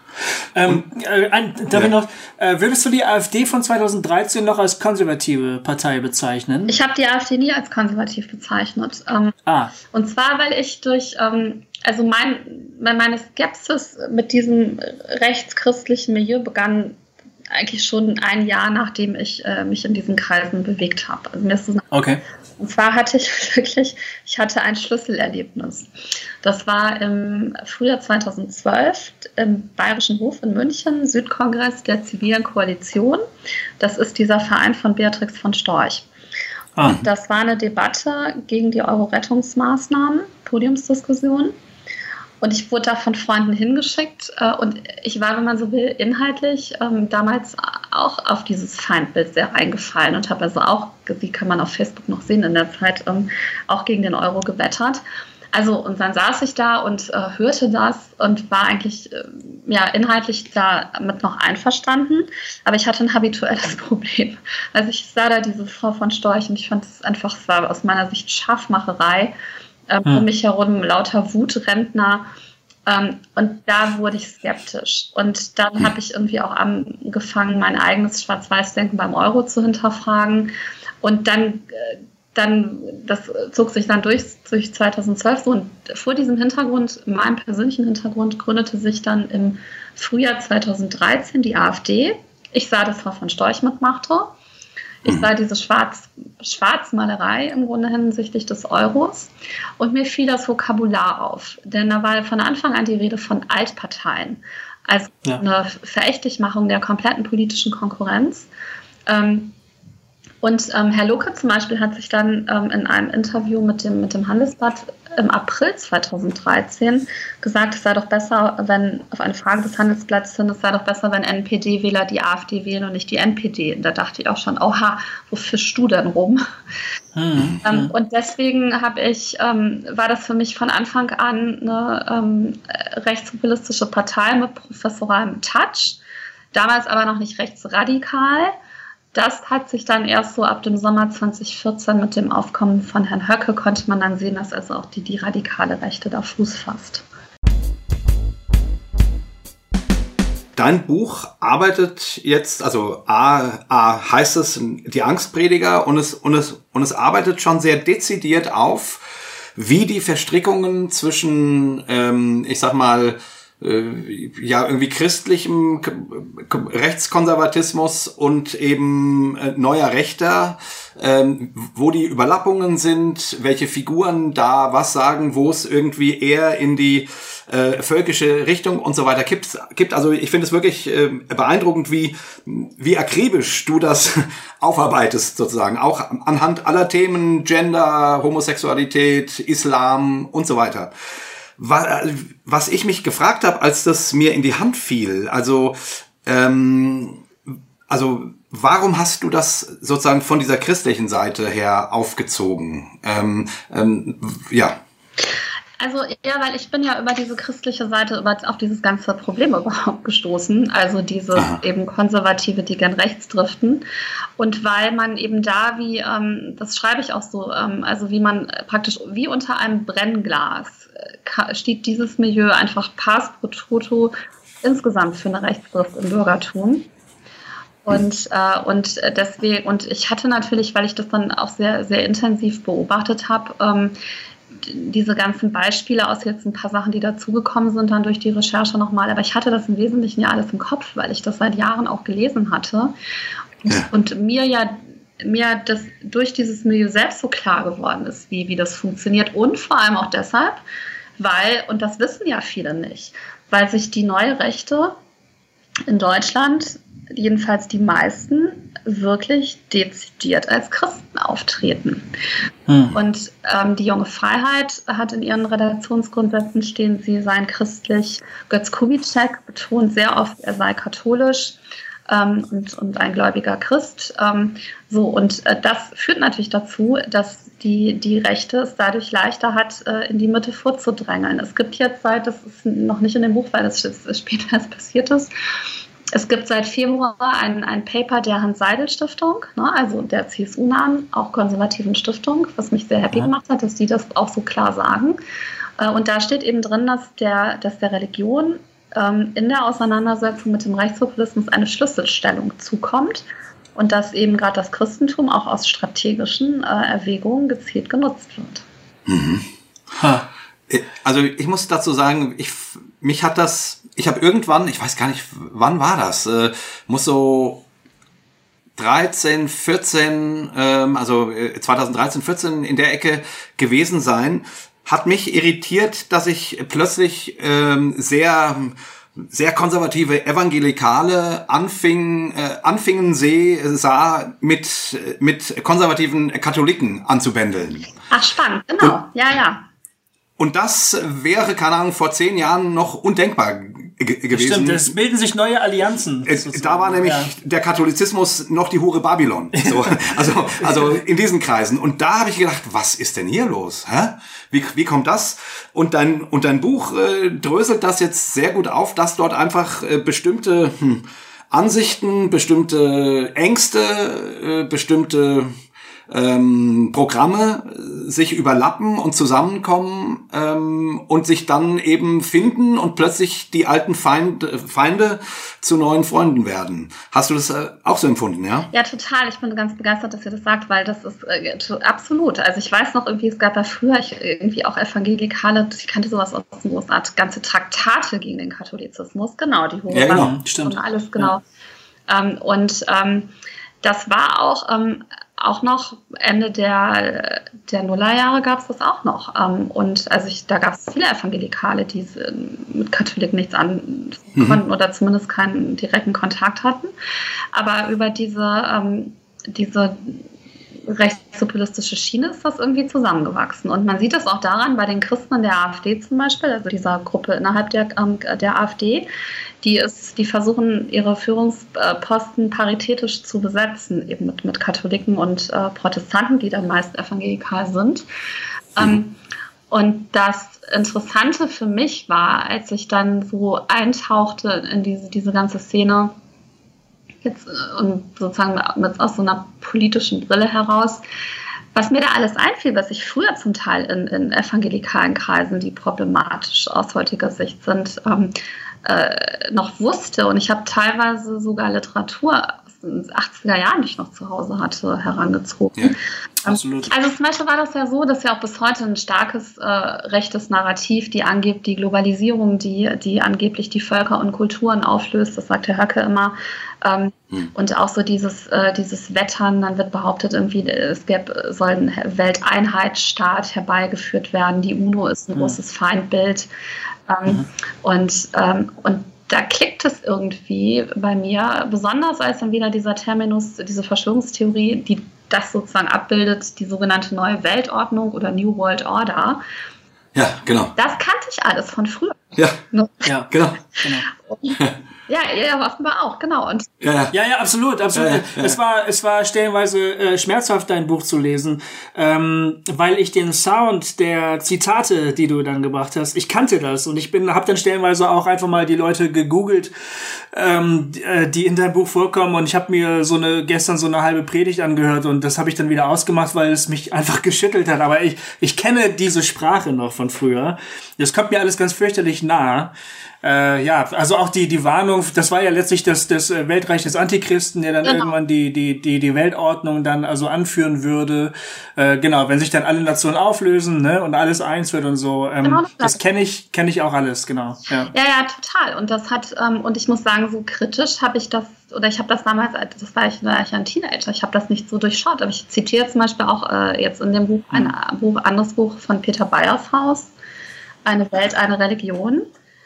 [SPEAKER 1] Ähm, äh, ein, darf ja. ich noch, äh, würdest du die AfD von zweitausenddreizehn noch als konservative Partei bezeichnen?
[SPEAKER 3] Ich habe die AfD nie als konservativ bezeichnet. Ähm, ah. Und zwar, weil ich durch, ähm, also mein, meine Skepsis mit diesem rechtschristlichen Milieu begann eigentlich schon ein Jahr, nachdem ich äh, mich in diesen Kreisen bewegt habe. Also mir ist das
[SPEAKER 1] okay.
[SPEAKER 3] Und zwar hatte ich wirklich, ich hatte ein Schlüsselerlebnis. Das war im Frühjahr zweitausendzwölf im Bayerischen Hof in München, Südkongress der Zivilen Koalition. Das ist dieser Verein von Beatrix von Storch. Ah. Und das war eine Debatte gegen die Euro-Rettungsmaßnahmen, Podiumsdiskussion. Und ich wurde da von Freunden hingeschickt äh, und ich war, wenn man so will, inhaltlich ähm, damals auch auf dieses Feindbild sehr reingefallen und habe also auch, wie kann man auf Facebook noch sehen in der Zeit, ähm, auch gegen den Euro gewettert. Also und dann saß ich da und äh, hörte das und war eigentlich äh, ja inhaltlich damit noch einverstanden, aber ich hatte ein habituelles Problem. Also ich sah da diese Frau von Storch und ich fand es einfach, es war aus meiner Sicht Scharfmacherei. Ähm, hm. Um mich herum lauter Wutrentner ähm, und da wurde ich skeptisch. Und dann hm. habe ich irgendwie auch angefangen, mein eigenes Schwarz-Weiß-Denken beim Euro zu hinterfragen. Und dann, äh, dann das zog sich dann durch, durch zweitausendzwölf so. Und vor diesem Hintergrund, meinem persönlichen Hintergrund, gründete sich dann im Frühjahr zweitausenddreizehn die AfD. Ich sah, dass Frau von Storch mitmachte. Ich sah diese Schwarz, Schwarzmalerei im Grunde hinsichtlich des Euros und mir fiel das Vokabular auf, denn da war von Anfang an die Rede von Altparteien, also ja. eine Verächtlichmachung der kompletten politischen Konkurrenz. Ähm, und ähm, Herr Lucke zum Beispiel hat sich dann ähm, in einem Interview mit dem, mit dem Handelsblatt im April zweitausenddreizehn gesagt, es sei doch besser, wenn, auf eine Frage des Handelsblatts hin, es sei doch besser, wenn N P D-Wähler die AfD wählen und nicht die N P D. Und da dachte ich auch schon, oha, wo fischst du denn rum? Mhm. ähm, und deswegen habe ich, ähm, war das für mich von Anfang an eine ähm, rechtspopulistische Partei mit professoralem Touch, damals aber noch nicht rechtsradikal. Das hat sich dann erst so ab dem Sommer zweitausendvierzehn mit dem Aufkommen von Herrn Höcke konnte man dann sehen, dass also auch die, die radikale Rechte da Fuß fasst.
[SPEAKER 2] Dein Buch arbeitet jetzt, also A, A heißt es die Angstprediger und es, und, es, und es arbeitet schon sehr dezidiert auf, wie die Verstrickungen zwischen, ähm, ich sag mal, ja, irgendwie christlichem Rechtskonservatismus und eben neuer Rechter, ähm, wo die Überlappungen sind, welche Figuren da was sagen, wo es irgendwie eher in die äh, völkische Richtung und so weiter gibt. gibt. Also ich finde es wirklich äh, beeindruckend, wie, wie akribisch du das aufarbeitest sozusagen, auch anhand aller Themen, Gender, Homosexualität, Islam und so weiter. Was ich mich gefragt habe, als das mir in die Hand fiel, also, ähm, also warum hast du das sozusagen von dieser christlichen Seite her aufgezogen? Ähm, ähm, ja.
[SPEAKER 3] Also ja, weil ich bin ja über diese christliche Seite über, auf dieses ganze Problem überhaupt gestoßen, also dieses Aha. eben Konservative, die gern rechts driften und weil man eben da wie, ähm, das schreibe ich auch so, ähm, also wie man praktisch wie unter einem Brennglas äh, steht dieses Milieu einfach pars pro toto insgesamt für eine Rechtsdrift im Bürgertum. Und, äh, und deswegen, und ich hatte natürlich, weil ich das dann auch sehr, sehr intensiv beobachtet habe, ähm, diese ganzen Beispiele aus jetzt ein paar Sachen, die dazugekommen sind, dann durch die Recherche nochmal. Aber ich hatte das im Wesentlichen ja alles im Kopf, weil ich das seit Jahren auch gelesen hatte. Und, ja. und mir ja mir das durch dieses Milieu selbst so klar geworden ist, wie, wie das funktioniert. Und vor allem auch deshalb, weil, und das wissen ja viele nicht, weil sich die neue Rechte in Deutschland, jedenfalls die meisten, wirklich dezidiert als Christen auftreten. Hm. Und ähm, die Junge Freiheit hat in ihren Redaktionsgrundsätzen stehen, sie seien christlich. Götz Kubitschek betont sehr oft, er sei katholisch ähm, und, und ein gläubiger Christ. Ähm, so, und äh, das führt natürlich dazu, dass die, die Rechte es dadurch leichter hat, äh, in die Mitte vorzudrängeln. Es gibt jetzt seit, das ist noch nicht in dem Buch, weil das später erst passiert ist, es gibt seit Februar ein, ein Paper der Hans-Seidel-Stiftung, ne, also der C S U-nahen, auch konservativen Stiftung, was mich sehr happy gemacht hat, dass die das auch so klar sagen. Und da steht eben drin, dass der, dass der Religion ähm, in der Auseinandersetzung mit dem Rechtspopulismus eine Schlüsselstellung zukommt und dass eben gerade das Christentum auch aus strategischen äh, Erwägungen gezielt genutzt wird.
[SPEAKER 2] Mhm. Ha. Also ich muss dazu sagen, ich, mich hat das, ich habe irgendwann, ich weiß gar nicht, wann war das, äh, muss so dreizehn, vierzehn, ähm, also zweitausenddreizehn, vierzehn in der Ecke gewesen sein, hat mich irritiert, dass ich plötzlich ähm, sehr sehr konservative Evangelikale anfingen, äh, anfingen seh, sah, mit, mit konservativen Katholiken anzubändeln.
[SPEAKER 3] Ach, spannend, genau, und, ja, ja.
[SPEAKER 2] Und das wäre, keine Ahnung, vor zehn Jahren noch undenkbar g- gewesen.
[SPEAKER 1] Stimmt, es bilden sich neue Allianzen.
[SPEAKER 2] Äh, da war nämlich ja. der Katholizismus noch die Hure Babylon. So, also, also in diesen Kreisen. Und da habe ich gedacht, was ist denn hier los? Hä? Wie, wie kommt das? Und dein, und dein Buch äh, dröselt das jetzt sehr gut auf, dass dort einfach äh, bestimmte hm, Ansichten, bestimmte Ängste, äh, bestimmte ähm, Programme sich überlappen und zusammenkommen ähm, und sich dann eben finden und plötzlich die alten Feinde, Feinde zu neuen Freunden werden. Hast du das äh, auch so empfunden, ja?
[SPEAKER 3] Ja, total. Ich bin ganz begeistert, dass ihr das sagt, weil das ist äh, absolut. Also ich weiß noch irgendwie, es gab ja früher ich, irgendwie auch Evangelikale, ich kannte sowas aus den U S A, ganze Traktate gegen den Katholizismus. Genau, die Hohe
[SPEAKER 2] ja, genau. Stimmt.
[SPEAKER 3] Und alles, genau. Ja. Ähm, und ähm, das war auch... Ähm, Auch noch Ende der, der Nullerjahre gab es das auch noch. Und also ich, da gab es viele Evangelikale, die mit Katholiken nichts an konnten mhm. oder zumindest keinen direkten Kontakt hatten. Aber über diese, ähm, diese rechtspopulistische Schiene ist das irgendwie zusammengewachsen. Und man sieht es auch daran bei den Christen in der AfD zum Beispiel, also dieser Gruppe innerhalb der, ähm, der AfD, die ist, die versuchen, ihre Führungsposten paritätisch zu besetzen, eben mit, mit Katholiken und äh, Protestanten, die dann meist evangelikal sind. Mhm. Ähm, und das Interessante für mich war, als ich dann so eintauchte in diese, diese ganze Szene, jetzt und sozusagen mit, aus so einer politischen Brille heraus, was mir da alles einfiel, was ich früher zum Teil in, in evangelikalen Kreisen, die problematisch aus heutiger Sicht sind, ähm, äh, noch wusste. Und ich habe teilweise sogar Literatur aus den achtziger Jahren, die ich noch zu Hause hatte, herangezogen. Ja,
[SPEAKER 1] absolut.
[SPEAKER 3] Also zum Beispiel war das ja so, dass ja auch bis heute ein starkes äh, rechtes Narrativ, die angeblich die Globalisierung, die, die angeblich die Völker und Kulturen auflöst, das sagt Herr Höcke immer. Ähm, hm. Und auch so dieses, äh, dieses Wettern, dann wird behauptet, irgendwie, es gäbe, soll ein Welteinheitsstaat herbeigeführt werden, die UNO ist ein hm. großes Feindbild. Ähm, mhm. und, ähm, und da klickt es irgendwie bei mir, besonders als dann wieder dieser Terminus, diese Verschwörungstheorie, die das sozusagen abbildet, die sogenannte neue Weltordnung oder New World Order.
[SPEAKER 2] Ja, genau.
[SPEAKER 3] Das kannte ich alles von früher.
[SPEAKER 2] Ja,
[SPEAKER 3] ne?
[SPEAKER 2] ja genau. genau.
[SPEAKER 3] Ja, ja, offenbar auch, genau. Und
[SPEAKER 1] ja, ja, ja, ja, absolut, absolut. Ja, ja, ja. Es war, es war stellenweise äh, schmerzhaft, dein Buch zu lesen, ähm, weil ich den Sound der Zitate, die du dann gebracht hast, ich kannte das und ich bin, habe dann stellenweise auch einfach mal die Leute gegoogelt, ähm, die in deinem Buch vorkommen und ich habe mir so eine gestern so eine halbe Predigt angehört und das habe ich dann wieder ausgemacht, weil es mich einfach geschüttelt hat. Aber ich, ich kenne diese Sprache noch von früher. Das kommt mir alles ganz fürchterlich nah. Äh, ja, also auch die die Warnung, das war ja letztlich das das Weltreich des Antichristen, der dann genau. irgendwann die die die die Weltordnung dann also anführen würde. Äh, genau, wenn sich dann alle Nationen auflösen, ne, und alles eins wird und so. Ähm, genau, das das kenne ich kenne ich auch alles, genau. Ja,
[SPEAKER 3] ja, ja, total. Und das hat ähm, und ich muss sagen, so kritisch habe ich das oder ich habe das damals, das war ich, war ich ein Teenager, ich habe das nicht so durchschaut. Aber ich zitiere zum Beispiel auch äh, jetzt in dem Buch ein mhm. Buch, anderes Buch von Peter Beiershaus, Eine Welt, eine Religion.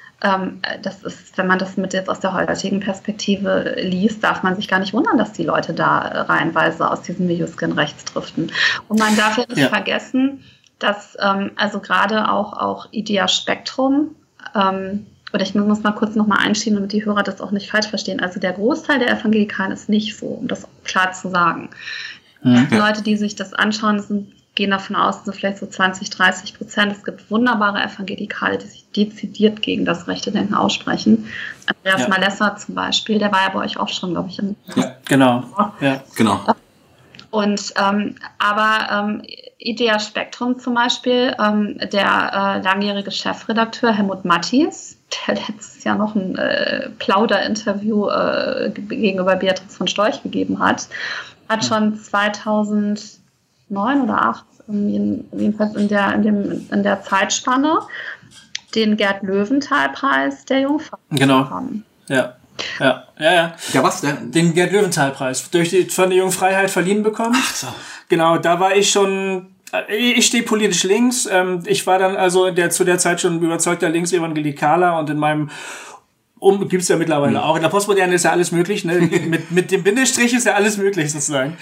[SPEAKER 3] Das ist, wenn man das mit jetzt aus der heutigen Perspektive liest, darf man sich gar nicht wundern, dass die Leute da reihenweise aus diesem Milieuskin rechts driften. Und man darf ja nicht ja. vergessen, dass ähm, also gerade auch, auch Idea Spektrum, ähm, oder ich muss mal kurz nochmal einschieben, damit die Hörer das auch nicht falsch verstehen. Also der Großteil der Evangelikalen ist nicht so, um das klar zu sagen. Mhm. Die Leute, die sich das anschauen, sind gehen davon aus, dass vielleicht so zwanzig, dreißig Prozent. Es gibt wunderbare Evangelikale, die sich dezidiert gegen das rechte Denken aussprechen. Andreas ja. Malesser zum Beispiel, der war ja bei euch auch schon, glaube ich. Im
[SPEAKER 1] ja, genau. Ja,
[SPEAKER 2] genau.
[SPEAKER 3] Und, ähm, aber ähm, Idea Spektrum zum Beispiel, ähm, der äh, langjährige Chefredakteur Helmut Mattis, der letztes Jahr noch ein äh, Plauder-Interview äh, gegenüber Beatrix von Storch gegeben hat, hat schon zweitausendneun oder acht, jedenfalls in der, in dem, in der Zeitspanne, den Gerd-Löwenthal-Preis der Jungfrau
[SPEAKER 1] genau.
[SPEAKER 3] bekommen.
[SPEAKER 1] Ja. Ja, ja, ja.
[SPEAKER 2] Ja, was denn?
[SPEAKER 1] Den Gerd-Löwenthal-Preis durch die, von der Jungfreiheit verliehen bekommen.
[SPEAKER 2] Ach so.
[SPEAKER 1] Genau, da war ich schon, ich stehe politisch links. Ich war dann also in der, zu der Zeit schon überzeugter Linksevangelikaler und in meinem Um, gibt's ja mittlerweile auch. In der Postmoderne ist ja alles möglich, ne? mit, mit dem Bindestrich ist ja alles möglich sozusagen.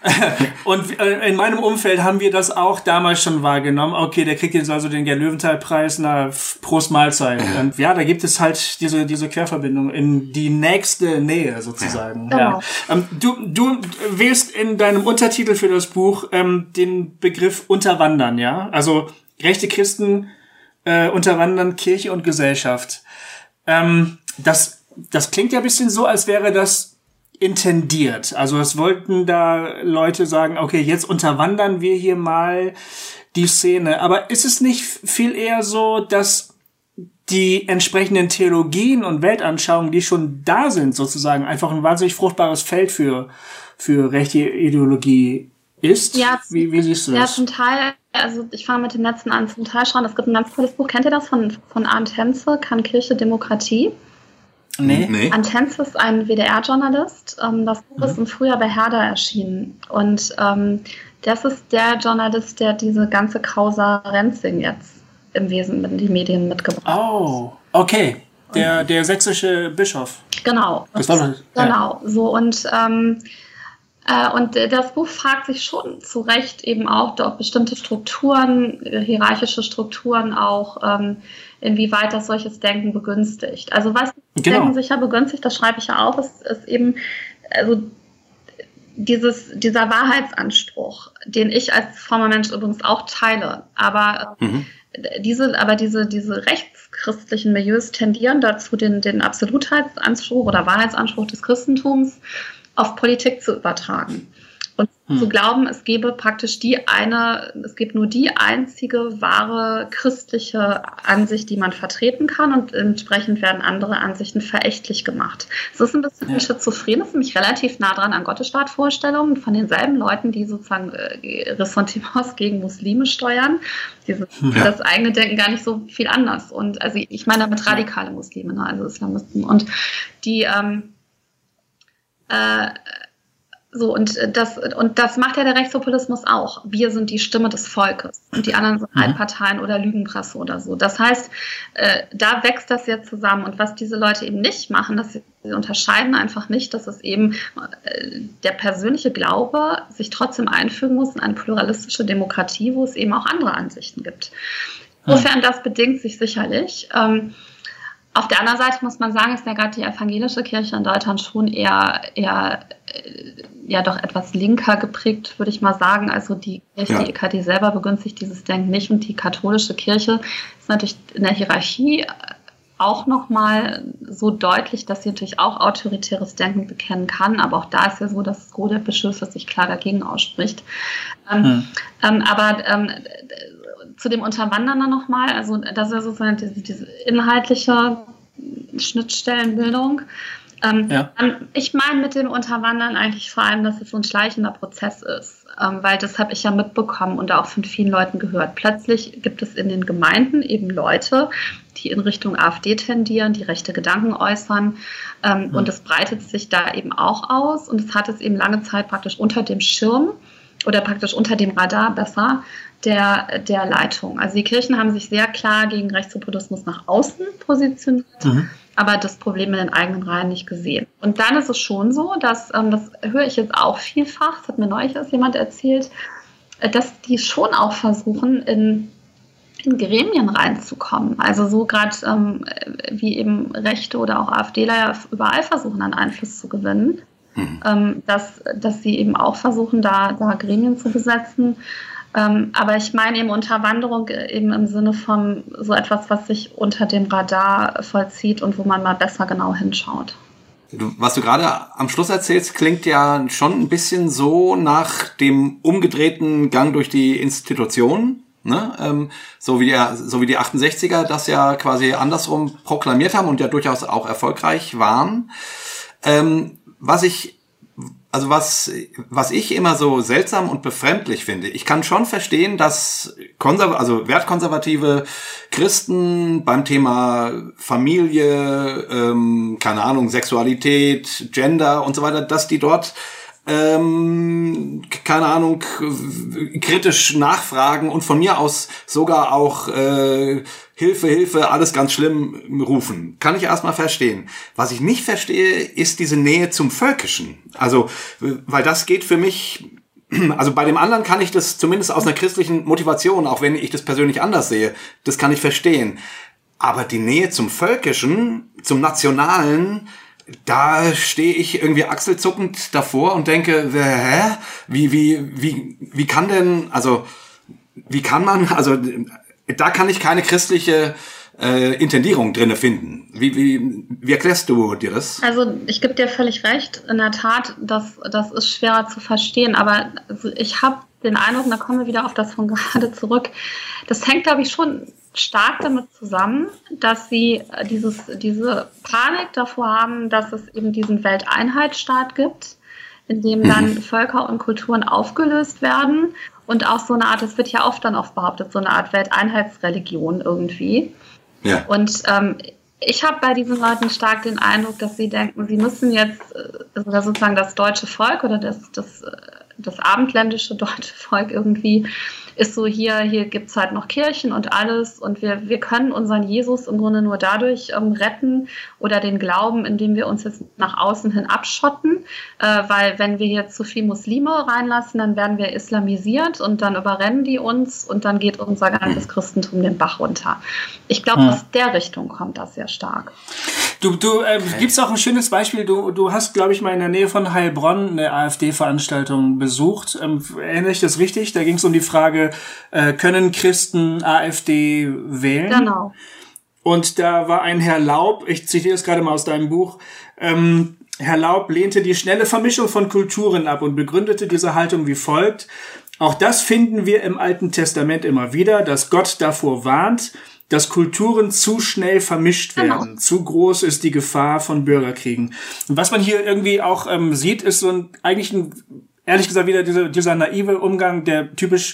[SPEAKER 1] Und in meinem Umfeld haben wir das auch damals schon wahrgenommen. Okay, der kriegt jetzt also den Gerd-Löwenthal-Preis, na, Prost Mahlzeit. Und ja, da gibt es halt diese, diese Querverbindung in die nächste Nähe sozusagen. Ja. Ja. Ähm, du, du wählst in deinem Untertitel für das Buch ähm, den Begriff Unterwandern, ja? Also rechte Christen äh, unterwandern Kirche und Gesellschaft. Ähm, Das, das klingt ja ein bisschen so, als wäre das intendiert. Also es wollten da Leute sagen, okay, jetzt unterwandern wir hier mal die Szene. Aber ist es nicht viel eher so, dass die entsprechenden Theologien und Weltanschauungen, die schon da sind, sozusagen einfach ein wahnsinnig fruchtbares Feld für, für rechte Ideologie ist? Ja, wie, wie siehst du das?
[SPEAKER 3] Ja, zum Teil. Also ich fange mit dem letzten an, zum Teil schauen. Es gibt ein ganz tolles Buch, kennt ihr das, von, von Arndt Henze, Kann Kirche Demokratie?
[SPEAKER 1] Nee.
[SPEAKER 2] nee.
[SPEAKER 3] Arndt Henze ist ein W D R-Journalist. Das Buch mhm. ist im Frühjahr bei Herder erschienen. Und ähm, das ist der Journalist, der diese ganze Causa Renzing jetzt im Wesentlichen in die Medien mitgebracht hat.
[SPEAKER 1] Oh, okay. Der, der sächsische Bischof.
[SPEAKER 3] Genau.
[SPEAKER 1] Das war das,
[SPEAKER 3] genau. Ja. So, und ähm, Und das Buch fragt sich schon zu Recht eben auch, ob bestimmte Strukturen, hierarchische Strukturen auch, ähm, inwieweit das solches Denken begünstigt. Also was das genau. Denken sicher begünstigt, das schreibe ich ja auch, ist, ist eben also dieses, dieser Wahrheitsanspruch, den ich als frommer Mensch übrigens auch teile. Aber mhm. diese, aber diese, diese rechtschristlichen Milieus tendieren dazu, den, den Absolutheitsanspruch oder Wahrheitsanspruch des Christentums auf Politik zu übertragen. Und hm. zu glauben, es gäbe praktisch die eine, es gibt nur die einzige wahre christliche Ansicht, die man vertreten kann, und entsprechend werden andere Ansichten verächtlich gemacht. Es ist ein bisschen ja. schizophren, das ist nämlich relativ nah dran an Gottesstaat-Vorstellungen von denselben Leuten, die sozusagen äh, Ressentiments gegen Muslime steuern. Diese, ja. Das eigene Denken gar nicht so viel anders. Und also ich meine damit radikale Muslime, ne, also Islamisten. Und die ähm, So, und das, und das macht ja der Rechtspopulismus auch. Wir sind die Stimme des Volkes und die anderen sind mhm. Altparteien oder Lügenpresse oder so. Das heißt, äh, da wächst das jetzt zusammen. Und was diese Leute eben nicht machen, dass sie, sie unterscheiden einfach nicht, dass es eben äh, der persönliche Glaube sich trotzdem einfügen muss in eine pluralistische Demokratie, wo es eben auch andere Ansichten gibt. Insofern, mhm. das bedingt sich sicherlich. Ähm, Auf der anderen Seite muss man sagen, ist ja gerade die evangelische Kirche in Deutschland schon eher, eher ja doch etwas linker geprägt, würde ich mal sagen. Also die Kirche, ja. die E K D selber begünstigt dieses Denken nicht, und die katholische Kirche ist natürlich in der Hierarchie auch nochmal so deutlich, dass sie natürlich auch autoritäres Denken bekennen kann, aber auch da ist ja so, dass das Gros der Bischöfe sich klar dagegen ausspricht. Ähm, hm. ähm, aber ähm, zu dem Unterwandern nochmal, also das ist ja sozusagen diese, diese inhaltliche Schnittstellenbildung. Ähm, ja. Ich meine mit dem Unterwandern eigentlich vor allem, dass es so ein schleichender Prozess ist, ähm, weil das habe ich ja mitbekommen und auch von vielen Leuten gehört. Plötzlich gibt es in den Gemeinden eben Leute, die in Richtung AfD tendieren, die rechte Gedanken äußern, ähm, mhm. und es breitet sich da eben auch aus, und es hat es eben lange Zeit praktisch unter dem Schirm oder praktisch unter dem Radar besser der, der Leitung. Also die Kirchen haben sich sehr klar gegen Rechtspopulismus nach außen positioniert, mhm. aber das Problem in den eigenen Reihen nicht gesehen. Und dann ist es schon so, dass, ähm, das höre ich jetzt auch vielfach, das hat mir neulich erst jemand erzählt, dass die schon auch versuchen, in, in Gremien reinzukommen. Also so gerade ähm, wie eben Rechte oder auch AfDler ja überall versuchen, an Einfluss zu gewinnen. Mhm. Ähm, dass, dass sie eben auch versuchen, da, da Gremien zu besetzen. Ähm, aber ich meine eben Unterwanderung eben im Sinne von so etwas, was sich unter dem Radar vollzieht und wo man mal besser genau hinschaut.
[SPEAKER 2] Du, was du gerade am Schluss erzählst, klingt ja schon ein bisschen so nach dem umgedrehten Gang durch die Institutionen, ne? Ähm, so wie der, so wie die achtundsechziger das ja quasi andersrum proklamiert haben und ja durchaus auch erfolgreich waren. Ähm, was ich Also was, was ich immer so seltsam und befremdlich finde, ich kann schon verstehen, dass konserv- also wertkonservative Christen beim Thema Familie, ähm, keine Ahnung, Sexualität, Gender und so weiter, dass die dort ähm, keine Ahnung, kritisch nachfragen und von mir aus sogar auch äh, Hilfe, Hilfe, alles ganz schlimm rufen. Kann ich erstmal verstehen. Was ich nicht verstehe, ist diese Nähe zum Völkischen. Also, weil das geht für mich, also bei dem anderen kann ich das zumindest aus einer christlichen Motivation, auch wenn ich das persönlich anders sehe, das kann ich verstehen. Aber die Nähe zum Völkischen, zum Nationalen, da stehe ich irgendwie achselzuckend davor und denke, hä? Wie, wie, wie, wie kann denn, also, wie kann man, also, da kann ich keine christliche äh, Intendierung drinne finden. Wie, wie, wie erklärst du dir das?
[SPEAKER 3] Also, ich gebe dir völlig recht. In der Tat, das, das ist schwerer zu verstehen. Aber ich habe den Eindruck, da kommen wir wieder auf das von gerade zurück. Das hängt, glaube ich, schon stark damit zusammen, dass sie dieses, diese Panik davor haben, dass es eben diesen Welteinheitsstaat gibt, in dem dann Völker und Kulturen aufgelöst werden und auch so eine Art, das wird ja oft dann auch behauptet, so eine Art Welteinheitsreligion irgendwie. Ja. Und ähm, ich habe bei diesen Leuten stark den Eindruck, dass sie denken, sie müssen jetzt, also sozusagen das deutsche Volk oder das, das, das abendländische deutsche Volk irgendwie ist so, hier, hier gibt es halt noch Kirchen und alles und wir, wir können unseren Jesus im Grunde nur dadurch ähm, retten oder den Glauben, indem wir uns jetzt nach außen hin abschotten, äh, weil wenn wir jetzt zu viel Muslime reinlassen, dann werden wir islamisiert und dann überrennen die uns und dann geht unser ganzes Christentum den Bach runter. Ich glaube, ja. Aus der Richtung kommt das sehr stark.
[SPEAKER 1] Du, du äh, gibst auch ein schönes Beispiel. Du, du hast, glaube ich, mal in der Nähe von Heilbronn eine AfD-Veranstaltung besucht. Ähm, erinnere ich das richtig? Da ging es um die Frage, äh, können Christen AfD wählen?
[SPEAKER 3] Genau.
[SPEAKER 1] Und da war ein Herr Laub, ich zitiere es gerade mal aus deinem Buch, ähm, Herr Laub lehnte die schnelle Vermischung von Kulturen ab und begründete diese Haltung wie folgt: Auch das finden wir im Alten Testament immer wieder, dass Gott davor warnt, dass Kulturen zu schnell vermischt werden. Genau. Zu groß ist die Gefahr von Bürgerkriegen. Und was man hier irgendwie auch ähm, sieht, ist so ein, eigentlich ein, ehrlich gesagt, wieder dieser, dieser naive Umgang, der typisch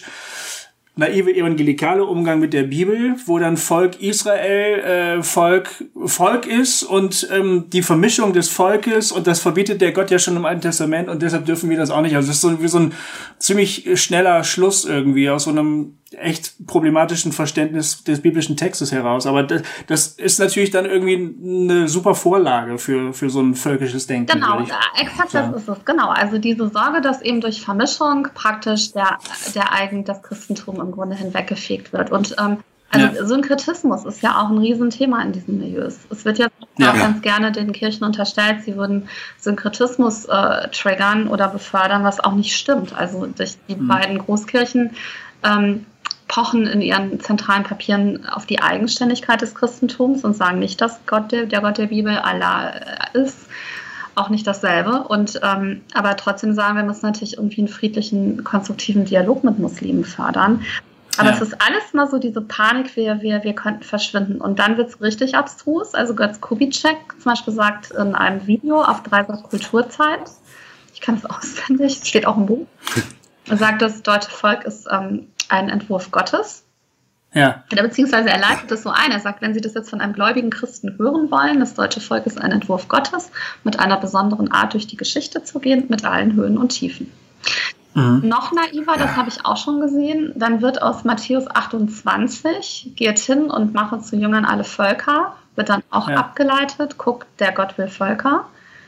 [SPEAKER 1] naive evangelikale Umgang mit der Bibel, wo dann Volk Israel äh, Volk Volk ist und ähm, die Vermischung des Volkes, und das verbietet der Gott ja schon im Alten Testament und deshalb dürfen wir das auch nicht. Also es ist so wie so ein ziemlich schneller Schluss irgendwie aus so einem echt problematischen Verständnis des biblischen Textes heraus. Aber das, das ist natürlich dann irgendwie eine super Vorlage für für so ein völkisches Denken.
[SPEAKER 3] Genau, exakt das ist es. Genau, also diese Sorge, dass eben durch Vermischung praktisch der der eigen das Christentum im Grunde hinweggefegt wird. Und ähm, also ja. Synkretismus ist ja auch ein Riesenthema in diesen Milieus. Es wird ja, ja auch ja. ganz gerne den Kirchen unterstellt, sie würden Synkretismus äh, triggern oder befördern, was auch nicht stimmt. Also durch die mhm. beiden Großkirchen ähm, pochen in ihren zentralen Papieren auf die Eigenständigkeit des Christentums und sagen nicht, dass Gott der, der Gott der Bibel Allah ist, auch nicht dasselbe. Und ähm, aber trotzdem sagen, wir müssen natürlich irgendwie einen friedlichen, konstruktiven Dialog mit Muslimen fördern. Aber ja. es ist alles mal so diese Panik, wir, wir, wir könnten verschwinden. Und dann wird es richtig abstrus. Also Götz Kubitschek zum Beispiel sagt in einem Video auf Dreisat Kulturzeit, ich kann es auswendig, es steht auch im Buch, er sagt, das deutsche Volk ist ähm, ein Entwurf Gottes.
[SPEAKER 1] Ja.
[SPEAKER 3] Oder beziehungsweise er leitet das so ein. Er sagt, wenn Sie das jetzt von einem gläubigen Christen hören wollen, das deutsche Volk ist ein Entwurf Gottes, mit einer besonderen Art durch die Geschichte zu gehen, mit allen Höhen und Tiefen. Mhm. Noch naiver, das habe ich auch schon gesehen, dann wird aus Matthäus achtundzwanzig, geht hin und mache zu Jüngern alle Völker, wird dann auch ja. abgeleitet, guckt, der Gott will Völker.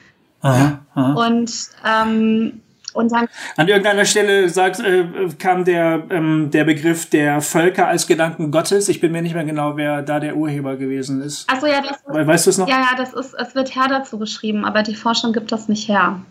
[SPEAKER 1] Aha, aha.
[SPEAKER 3] Und ähm, Und dann
[SPEAKER 1] an irgendeiner Stelle sagt, äh, kam der, ähm, der Begriff der Völker als Gedanken Gottes. Ich bin mir nicht mehr genau, wer da der Urheber gewesen ist.
[SPEAKER 3] Achso, ja, das ist,
[SPEAKER 1] weißt du es noch?
[SPEAKER 3] Ja, ja, das ist, es wird Herr dazu geschrieben, aber die Forschung gibt das nicht her.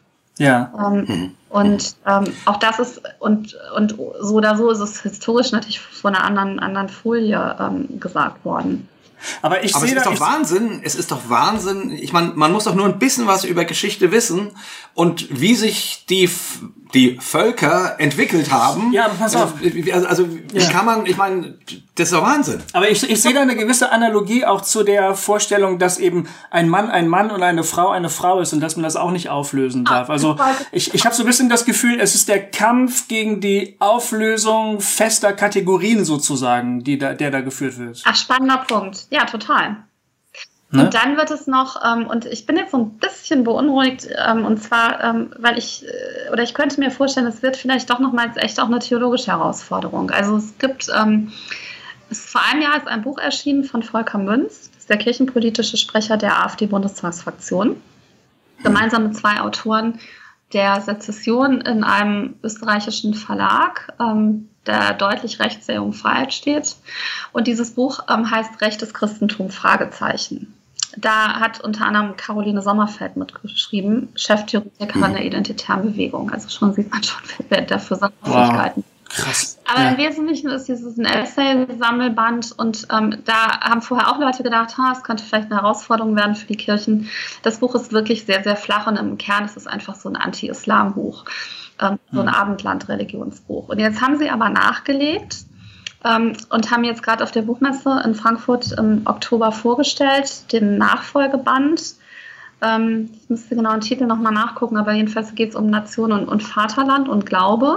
[SPEAKER 1] Ja.
[SPEAKER 3] Ähm, und ähm, auch das ist, und, und so oder so ist es historisch natürlich von einer anderen, anderen Folie ähm, gesagt worden.
[SPEAKER 1] Aber ich
[SPEAKER 2] Aber
[SPEAKER 1] sehe
[SPEAKER 2] es ist
[SPEAKER 1] da,
[SPEAKER 2] doch Wahnsinn, es ist doch Wahnsinn. Ich meine, man muss doch nur ein bisschen was über Geschichte wissen und wie sich die die Völker entwickelt haben.
[SPEAKER 1] Ja, aber pass auf.
[SPEAKER 2] Also, also wie
[SPEAKER 1] Ja.
[SPEAKER 2] kann man, ich meine, das ist doch Wahnsinn.
[SPEAKER 1] Aber ich, ich sehe da eine gewisse Analogie auch zu der Vorstellung, dass eben ein Mann ein Mann und eine Frau eine Frau ist und dass man das auch nicht auflösen darf. Also ich, ich habe so ein bisschen das Gefühl, es ist der Kampf gegen die Auflösung fester Kategorien sozusagen, die da, der da geführt wird.
[SPEAKER 3] Ach, spannender Punkt. Ja, total.
[SPEAKER 1] Ne?
[SPEAKER 3] Und dann wird es noch, ähm, und ich bin jetzt so ein bisschen beunruhigt, ähm, und zwar, ähm, weil ich, äh, oder ich könnte mir vorstellen, es wird vielleicht doch nochmals echt auch eine theologische Herausforderung. Also es gibt, ähm, es ist vor einem Jahr ist ein Buch erschienen von Volker Münz, das ist der kirchenpolitische Sprecher der AfD-Bundestagsfraktion, gemeinsam mit zwei Autoren der Sezession in einem österreichischen Verlag, ähm, der deutlich rechts der jungen Freiheit steht. Und dieses Buch ähm, heißt Rechtes Christentum, Fragezeichen. Da hat unter anderem Caroline Sommerfeld mitgeschrieben, Cheftheoretikerin mhm. der Identitären Bewegung. Also schon sieht man schon, wer dafür Sachfähigkeiten.
[SPEAKER 1] Wow. Krass.
[SPEAKER 3] Aber
[SPEAKER 1] ja.
[SPEAKER 3] im Wesentlichen ist dieses ein Essay-Sammelband und ähm, da haben vorher auch Leute gedacht, ha, es könnte vielleicht eine Herausforderung werden für die Kirchen. Das Buch ist wirklich sehr, sehr flach und im Kern ist es einfach so ein Anti-Islam-Buch, ähm, so ein mhm. Abendland-Religionsbuch. Und jetzt haben sie aber nachgelegt ähm, und haben jetzt gerade auf der Buchmesse in Frankfurt im Oktober vorgestellt, den Nachfolgeband. Ähm, ich müsste genau den Titel nochmal nachgucken, aber jedenfalls geht es um Nation und, und Vaterland und Glaube.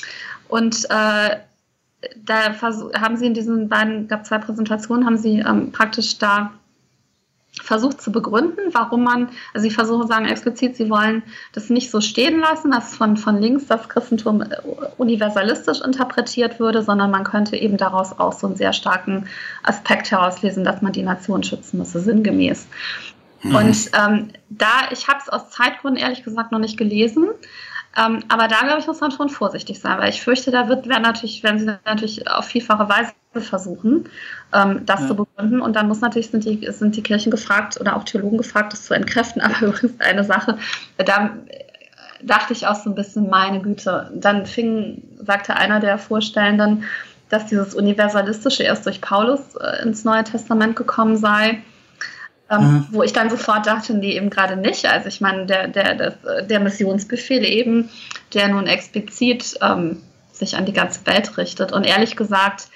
[SPEAKER 3] Und äh, da haben sie in diesen beiden, gab zwei Präsentationen, haben sie ähm, praktisch da versucht zu begründen, warum man, also sie versuchen, sagen explizit, sie wollen das nicht so stehen lassen, dass von, von links das Christentum universalistisch interpretiert würde, sondern man könnte eben daraus auch so einen sehr starken Aspekt herauslesen, dass man die Nation schützen müsse, sinngemäß. Mhm. Und ähm, da, ich habe es aus Zeitgründen ehrlich gesagt noch nicht gelesen, Ähm, aber da, glaube ich, muss man schon vorsichtig sein, weil ich fürchte, da wird, werden, natürlich, werden sie natürlich auf vielfache Weise versuchen, ähm, das ja. zu begründen. Und dann muss natürlich, sind die, sind die Kirchen gefragt oder auch Theologen gefragt, das zu entkräften. Aber übrigens eine Sache, da dachte ich auch so ein bisschen, meine Güte. Dann fing, sagte einer der Vorstellenden, dass dieses Universalistische erst durch Paulus äh, ins Neue Testament gekommen sei. Ähm, mhm. Wo ich dann sofort dachte, nee, eben gerade nicht. Also ich meine, der, der, der, der Missionsbefehl eben, der nun explizit ähm, sich an die ganze Welt richtet. Und ehrlich gesagt,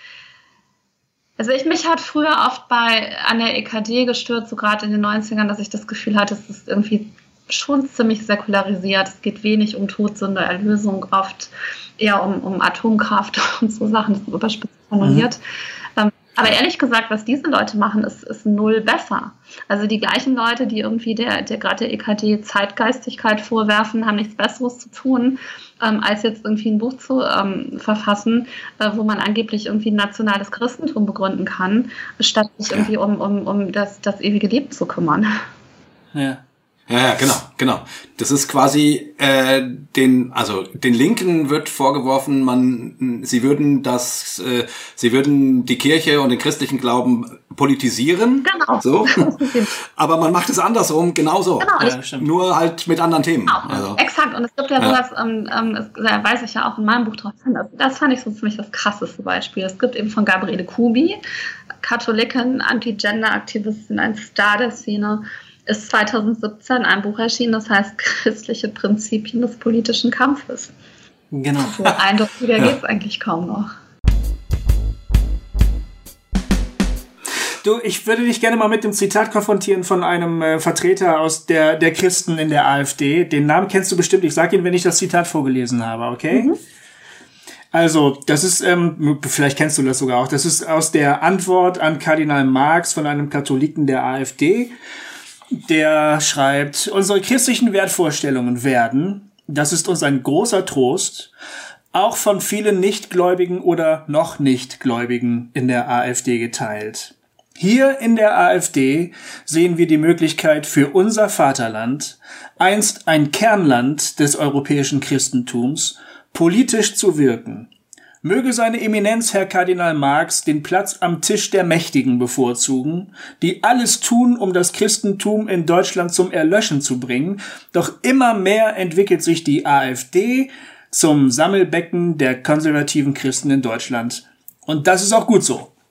[SPEAKER 3] also ich mich hat früher oft bei an der E K D gestört, so gerade in den neunzigern, dass ich das Gefühl hatte, es ist irgendwie schon ziemlich säkularisiert. Es geht wenig um Todsünde, Erlösung, oft eher um, um Atomkraft und so Sachen, das ist überspitzt formuliert. Mhm. Ähm, Aber ehrlich gesagt, was diese Leute machen, ist, ist null besser. Also die gleichen Leute, die irgendwie der, der gerade der E K D Zeitgeistigkeit vorwerfen, haben nichts Besseres zu tun, ähm, als jetzt irgendwie ein Buch zu ähm, verfassen, äh, wo man angeblich irgendwie ein nationales Christentum begründen kann, statt sich irgendwie um, um, um das, das ewige Leben zu kümmern.
[SPEAKER 1] Ja.
[SPEAKER 2] Ja, ja, genau, genau. Das ist quasi äh, den, also den Linken wird vorgeworfen, man, sie würden das, äh, sie würden die Kirche und den christlichen Glauben politisieren.
[SPEAKER 3] Genau.
[SPEAKER 2] So. Aber man macht es andersrum, genauso.
[SPEAKER 3] Genau.
[SPEAKER 2] Ja, nur halt mit anderen Themen.
[SPEAKER 3] Genau.
[SPEAKER 2] Also.
[SPEAKER 3] Exakt. Und es gibt ja, ja. sowas, ähm, ähm, das weiß ich ja auch in meinem Buch drauf. Das fand ich so ziemlich das krasseste Beispiel. Es gibt eben von Gabriele Kubi, Katholikin, Anti-Gender-Aktivistin, ein Star der Szene, ist zweitausendsiebzehn ein Buch erschienen, das heißt Christliche Prinzipien des politischen Kampfes.
[SPEAKER 1] Genau.
[SPEAKER 3] So eindeutiger ja. geht es eigentlich kaum noch.
[SPEAKER 1] Du, ich würde dich gerne mal mit dem Zitat konfrontieren von einem äh, Vertreter aus der, der Christen in der AfD. Den Namen kennst du bestimmt. Ich sage ihn, wenn ich das Zitat vorgelesen habe, okay? Mhm. Also, das ist, ähm, vielleicht kennst du das sogar auch, das ist aus der Antwort an Kardinal Marx von einem Katholiken der AfD. Der schreibt, unsere christlichen Wertvorstellungen werden, das ist uns ein großer Trost, auch von vielen Nichtgläubigen oder noch Nichtgläubigen in der AfD geteilt. Hier in der AfD sehen wir die Möglichkeit für unser Vaterland, einst ein Kernland des europäischen Christentums, politisch zu wirken. Möge seine Eminenz, Herr Kardinal Marx, den Platz am Tisch der Mächtigen bevorzugen, die alles tun, um das Christentum in Deutschland zum Erlöschen zu bringen. Doch immer mehr entwickelt sich die AfD zum Sammelbecken der konservativen Christen in Deutschland. Und das ist auch gut so.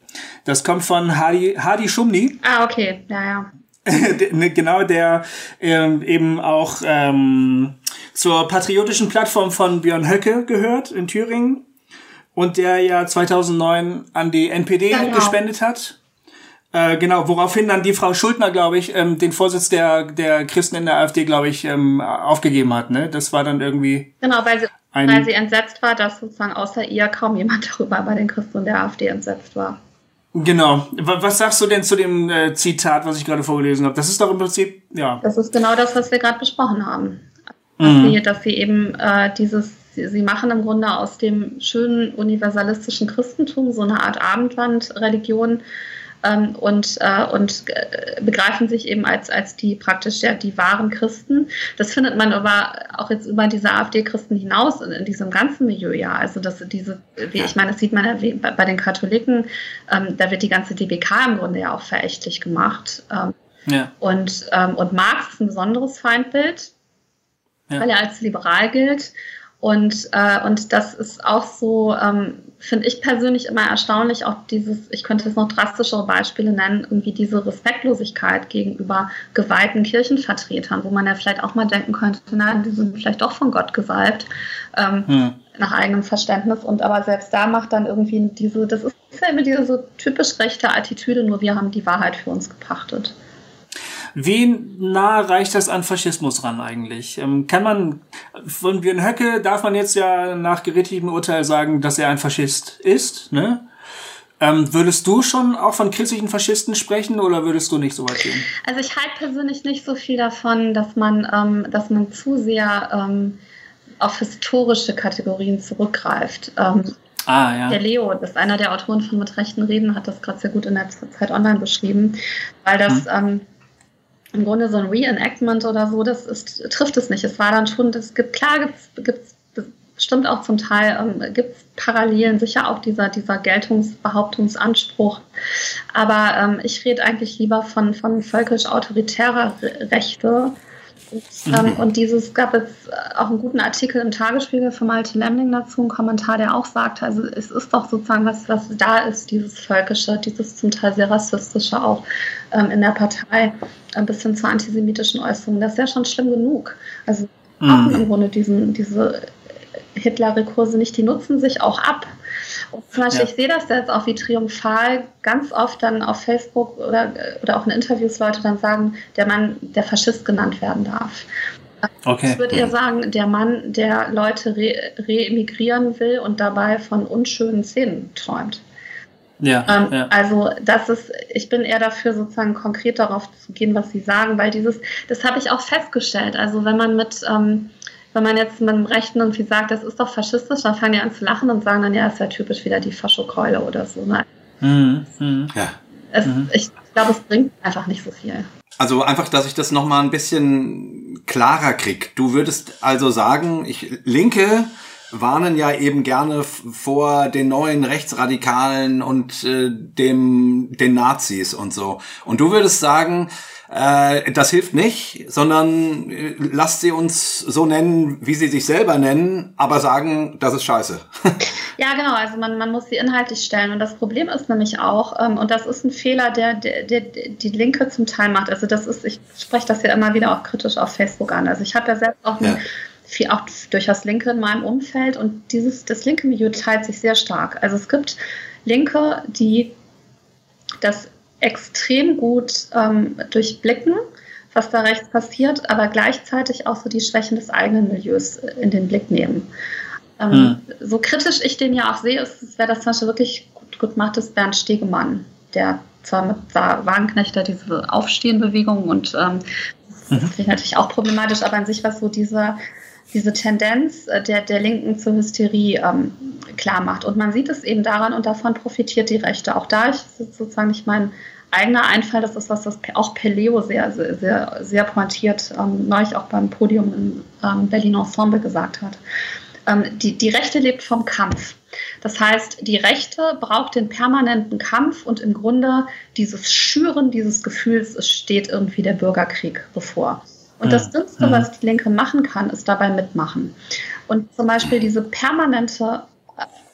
[SPEAKER 1] Das kommt von Hadi, Hadi Schumni.
[SPEAKER 3] Ah, okay, ja, ja.
[SPEAKER 1] Genau, der ähm, eben auch ähm, zur patriotischen Plattform von Björn Höcke gehört in Thüringen und der ja zweitausendneun an die N P D genau. gespendet hat. Äh, genau, woraufhin dann die Frau Schuldner, glaube ich, ähm, den Vorsitz der der Christen in der AfD, glaube ich, ähm, aufgegeben hat. Ne, das war dann irgendwie
[SPEAKER 3] genau, weil sie weil sie entsetzt war, dass sozusagen außer ihr kaum jemand darüber bei den Christen in der AfD entsetzt war.
[SPEAKER 1] Genau. Was sagst du denn zu dem äh, Zitat, was ich gerade vorgelesen habe? Das ist doch im Prinzip, ja.
[SPEAKER 3] Das ist genau das, was wir gerade besprochen haben. Dass, mhm. sie, dass sie eben äh, dieses, sie, sie machen im Grunde aus dem schönen universalistischen Christentum so eine Art Abendlandreligion ähm, und, äh, und äh, begreifen sich eben als, als die praktisch ja, die wahren Christen. Das findet man aber auch jetzt über diese AfD-Christen hinaus in, in diesem ganzen Milieu, ja. Also dass diese, wie ich meine, das sieht man ja wie bei, bei den Katholiken, ähm, da wird die ganze D B K im Grunde ja auch verächtlich gemacht. Ähm, ja. Und, ähm, und Marx ist ein besonderes Feindbild, ja. weil er als liberal gilt. Und, äh, und das ist auch so, ähm, finde ich persönlich immer erstaunlich, auch dieses, ich könnte jetzt noch drastischere Beispiele nennen, irgendwie diese Respektlosigkeit gegenüber geweihten Kirchenvertretern, wo man ja vielleicht auch mal denken könnte, nein, die sind vielleicht doch von Gott gesalbt, ähm, hm. nach eigenem Verständnis. Und aber selbst da macht dann irgendwie diese, das ist ja immer diese so typisch rechte Attitüde, nur wir haben die Wahrheit für uns gepachtet.
[SPEAKER 1] Wie nah reicht das an Faschismus ran eigentlich? Ähm, kann man, von Björn Höcke darf man jetzt ja nach gerichtlichem Urteil sagen, dass er ein Faschist ist, ne? Ähm, würdest du schon auch von christlichen Faschisten sprechen oder würdest du nicht so weit gehen?
[SPEAKER 3] Also ich halte persönlich nicht so viel davon, dass man, ähm, dass man zu sehr ähm, auf historische Kategorien zurückgreift. Ähm, Ah, ja. Der Leo, das ist einer der Autoren von Mit rechten Reden, hat das gerade sehr gut in der Zeit Online beschrieben, weil das hm. ähm, im Grunde so ein Reenactment oder so, das ist, trifft es nicht. Es war dann schon, es gibt, klar gibt es bestimmt auch zum Teil, ähm, gibt es Parallelen, sicher auch dieser, dieser Geltungsbehauptungsanspruch. Aber ähm, ich rede eigentlich lieber von, von völkisch-autoritärer Rechte. Und, ähm, und dieses gab jetzt auch einen guten Artikel im Tagesspiegel von Malte Lemling dazu, einen Kommentar, der auch sagte, also es ist doch sozusagen, was, was da ist, dieses Völkische, dieses zum Teil sehr Rassistische auch ähm, in der Partei, ein bisschen zu antisemitischen Äußerungen, das ist ja schon schlimm genug. Also mhm. auch im Grunde diesen, diese Hitler-Rekurse nicht, die nutzen sich auch ab. Und zum Beispiel, ja. ich sehe das jetzt auch wie triumphal ganz oft dann auf Facebook oder, oder auch in Interviews Leute dann sagen, der Mann, der Faschist genannt werden darf. Okay. Ich würde eher sagen, der Mann, der Leute re- reemigrieren will und dabei von unschönen Szenen träumt. Ja, ähm, ja. Also das ist, ich bin eher dafür, sozusagen konkret darauf zu gehen, was Sie sagen, weil dieses, das habe ich auch festgestellt. Also wenn man mit ähm, Wenn man jetzt mit dem Rechten irgendwie sagt, das ist doch faschistisch, dann fangen die an zu lachen und sagen dann, ja, ist ja typisch wieder die Faschokeule oder so. Ne? Mhm. Mhm. Ja. Es, mhm. Ich glaube, es bringt einfach nicht so viel.
[SPEAKER 2] Also einfach, dass ich das nochmal ein bisschen klarer kriege. Du würdest also sagen, ich Linke warnen ja eben gerne vor den neuen Rechtsradikalen und äh, dem den Nazis und so. Und du würdest sagen, äh, das hilft nicht, sondern äh, lasst sie uns so nennen, wie sie sich selber nennen, aber sagen, das ist scheiße.
[SPEAKER 3] Ja, genau. Also man, man muss sie inhaltlich stellen. Und das Problem ist nämlich auch, ähm, und das ist ein Fehler, der, der, der die Linke zum Teil macht. Also das ist, ich spreche das ja immer wieder auch kritisch auf Facebook an. Also ich habe ja selbst auch eine ja. Viel, auch durchaus Linke in meinem Umfeld und dieses, das linke Milieu teilt sich sehr stark. Also es gibt Linke, die das extrem gut ähm, durchblicken, was da rechts passiert, aber gleichzeitig auch so die Schwächen des eigenen Milieus in den Blick nehmen. Ähm, mhm. So kritisch ich den ja auch sehe, ist, wäre das zum Beispiel wirklich gut, gut macht, ist Bernd Stegemann, der zwar mit Wagenknechter diese Aufstehenbewegung und ähm, das mhm. finde ich natürlich auch problematisch, aber an sich was so dieser diese Tendenz der, der Linken zur Hysterie ähm, klar macht. Und man sieht es eben daran und davon profitiert die Rechte. Auch da ist sozusagen nicht mein eigener Einfall, das ist was, das auch Peleo sehr, sehr, sehr, sehr pointiert ähm, neulich auch beim Podium im ähm, Berlin Ensemble gesagt hat. Ähm, die, die Rechte lebt vom Kampf. Das heißt, die Rechte braucht den permanenten Kampf und im Grunde dieses Schüren dieses Gefühls, es steht irgendwie der Bürgerkrieg bevor. Und das Dümmste, was die Linke machen kann, ist dabei mitmachen. Und zum Beispiel diese permanente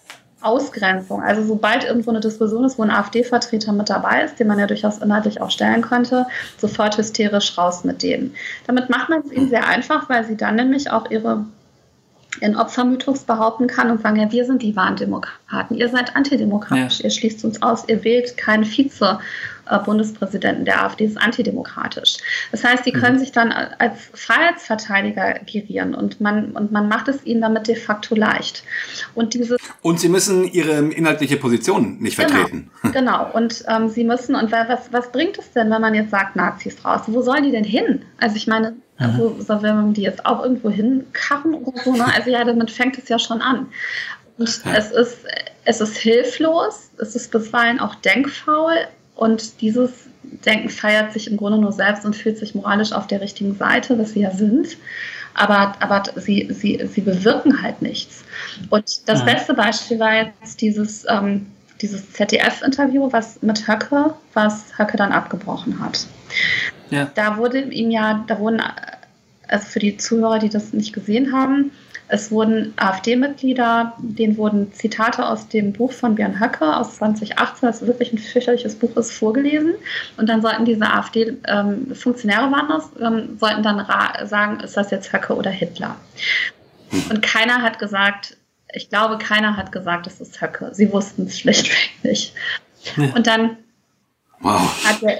[SPEAKER 3] Ausgrenzung. Also sobald irgendwo eine Diskussion ist, wo ein AfD-Vertreter mit dabei ist, den man ja durchaus inhaltlich auch stellen könnte, sofort hysterisch raus mit denen. Damit macht man es ihnen sehr einfach, weil sie dann nämlich auch ihre in Opfermythos behaupten kann und sagen, ja, wir sind die wahren Demokraten, ihr seid antidemokratisch, ja. Ihr schließt uns aus, ihr wählt keinen Vize-Bundespräsidenten der AfD, ist antidemokratisch. Das heißt, die können mhm. sich dann als Freiheitsverteidiger gerieren und man, und man macht es ihnen damit de facto leicht. Und, dieses
[SPEAKER 2] und sie müssen ihre inhaltliche Position nicht
[SPEAKER 3] genau,
[SPEAKER 2] vertreten.
[SPEAKER 3] Genau, und ähm, sie müssen, und was, was bringt es denn, wenn man jetzt sagt, Nazis raus? Wo sollen die denn hin? Also ich meine, Also, so, wenn man die jetzt auch irgendwo hinkarren oder so, ne? Also ja, damit fängt es ja schon an. Und ja. es ist, es ist hilflos, es ist bisweilen auch denkfaul und dieses Denken feiert sich im Grunde nur selbst und fühlt sich moralisch auf der richtigen Seite, was sie ja sind. Aber, aber sie, sie, sie bewirken halt nichts. Und das ja. beste Beispiel war jetzt dieses, ähm, dieses Z D F-Interview, was mit Höcke, was Höcke dann abgebrochen hat. Ja. Da wurde ihm ja, da wurden, also für die Zuhörer, die das nicht gesehen haben, es wurden AfD-Mitglieder, denen wurden Zitate aus dem Buch von Björn Höcke aus zwanzig achtzehn, das wirklich ein fürchterliches Buch ist, vorgelesen. Und dann sollten diese AfD-Funktionäre ähm, waren das, ähm, sollten dann ra- sagen, ist das jetzt Höcke oder Hitler? Und keiner hat gesagt, ich glaube, keiner hat gesagt, es ist Höcke. Sie wussten es schlichtweg nicht. Ja. Und dann wow. hat er...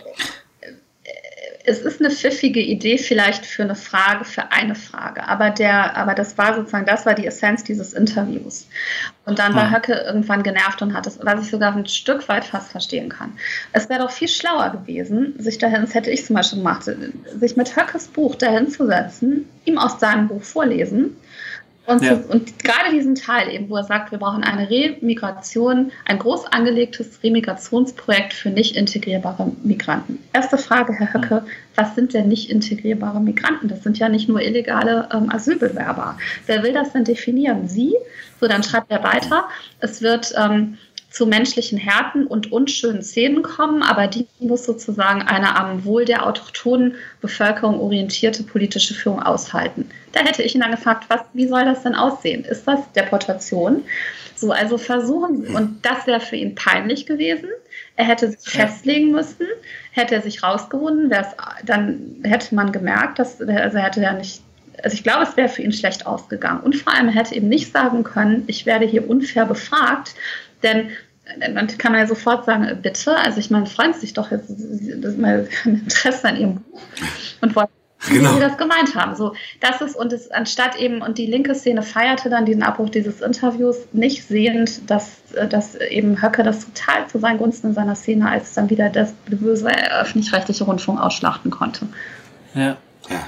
[SPEAKER 3] Es ist eine pfiffige Idee vielleicht für eine Frage, für eine Frage, aber der, aber das war sozusagen, das war die Essenz dieses Interviews. Und dann war Höcke irgendwann genervt und hat es, was ich sogar ein Stück weit fast verstehen kann. Es wäre doch viel schlauer gewesen, sich dahin, das hätte ich zum Beispiel gemacht, sich mit Höckes Buch dahin zu setzen, ihm aus seinem Buch vorlesen. Und, ja. zu, und gerade diesen Teil eben, wo er sagt, wir brauchen eine Remigration, ein groß angelegtes Remigrationsprojekt für nicht integrierbare Migranten. Erste Frage, Herr Höcke, was sind denn nicht integrierbare Migranten? Das sind ja nicht nur illegale ähm, Asylbewerber. Wer will das denn definieren? Sie? So, dann schreibt er weiter, es wird ähm, zu menschlichen Härten und unschönen Szenen kommen, aber die muss sozusagen eine am Wohl der autochthonen Bevölkerung orientierte politische Führung aushalten. Da hätte ich ihn dann gefragt, was, wie soll das denn aussehen? Ist das Deportation? So, also versuchen, und das wäre für ihn peinlich gewesen. Er hätte sich festlegen müssen, hätte er sich rausgewunden, dann hätte man gemerkt, dass, also er hätte ja nicht, also ich glaube, es wäre für ihn schlecht ausgegangen. Und vor allem, er hätte eben nicht sagen können, ich werde hier unfair befragt, denn dann kann man ja sofort sagen, bitte, also ich meine, freuen Sie sich doch jetzt, das ist mein Interesse an Ihrem Buch und wollen, genau. Wie Sie das gemeint haben. So, das ist, und es anstatt eben, und die linke Szene feierte dann diesen Abbruch dieses Interviews, nicht sehend, dass, dass eben Höcke das total zu seinen Gunsten in seiner Szene als dann wieder das böse öffentlich-rechtliche Rundfunk ausschlachten konnte.
[SPEAKER 1] Ja. Ja.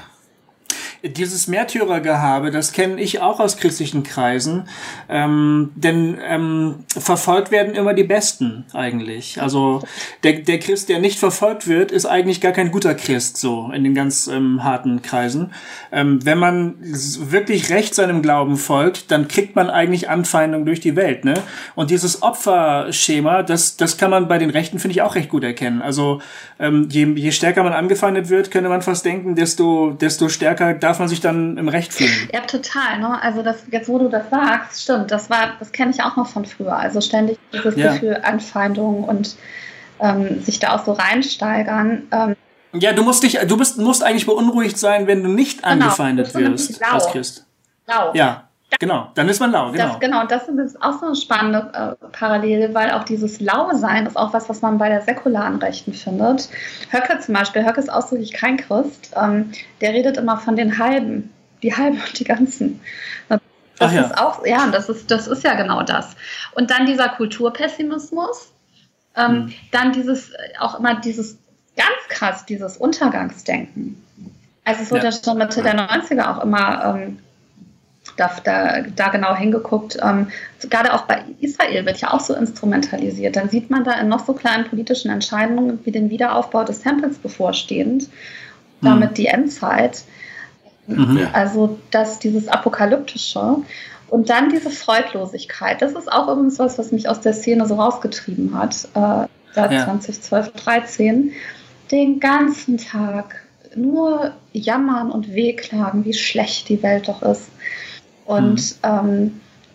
[SPEAKER 1] Dieses Märtyrergehabe, das kenne ich auch aus christlichen Kreisen, ähm, denn ähm, verfolgt werden immer die Besten eigentlich. Also der, der Christ, der nicht verfolgt wird, ist eigentlich gar kein guter Christ, so in den ganz ähm, harten Kreisen. Ähm, wenn man wirklich recht seinem Glauben folgt, dann kriegt man eigentlich Anfeindung durch die Welt, ne? Und dieses Opferschema, das das kann man bei den Rechten, finde ich, auch recht gut erkennen. Also ähm, je, je stärker man angefeindet wird, könnte man fast denken, desto desto stärker darf man sich dann im Recht fühlen.
[SPEAKER 3] Ja, total. Ne? Also das, jetzt, wo du das sagst, stimmt. Das war, das kenne ich auch noch von früher. Also ständig dieses ja. Gefühl Anfeindung und ähm, sich da auch so reinsteigern. Ähm,
[SPEAKER 1] ja, du musst dich, du bist, musst eigentlich beunruhigt sein, wenn du nicht genau, angefeindet wirst als Christ.
[SPEAKER 3] Lau.
[SPEAKER 1] Ja. Genau, dann ist man lau, genau.
[SPEAKER 3] Das, genau, das ist auch so eine spannende äh, Parallele, weil auch dieses Lau-Sein ist auch was, was man bei der säkularen Rechten findet. Höcke zum Beispiel, Höcke ist ausdrücklich kein Christ, ähm, der redet immer von den Halben, die Halben und die Ganzen. Das Ach ja. ist auch, ja, das ist, das ist ja genau das. Und dann dieser Kulturpessimismus, ähm, hm. dann dieses, auch immer dieses, ganz krass, dieses Untergangsdenken. Also es wird ja, ja schon Mitte der neunziger auch immer ähm, Da, da, da genau hingeguckt. Ähm, gerade auch bei Israel wird ja auch so instrumentalisiert. Dann sieht man da in noch so kleinen politischen Entscheidungen wie den Wiederaufbau des Tempels bevorstehend, damit mhm. die Endzeit. Mhm. Also dass dieses Apokalyptische und dann diese Freudlosigkeit. Das ist auch übrigens was, was mich aus der Szene so rausgetrieben hat, äh, seit ja. zwanzig zwölf, dreizehn. Den ganzen Tag nur jammern und wehklagen, wie schlecht die Welt doch ist. Und, mhm. ähm,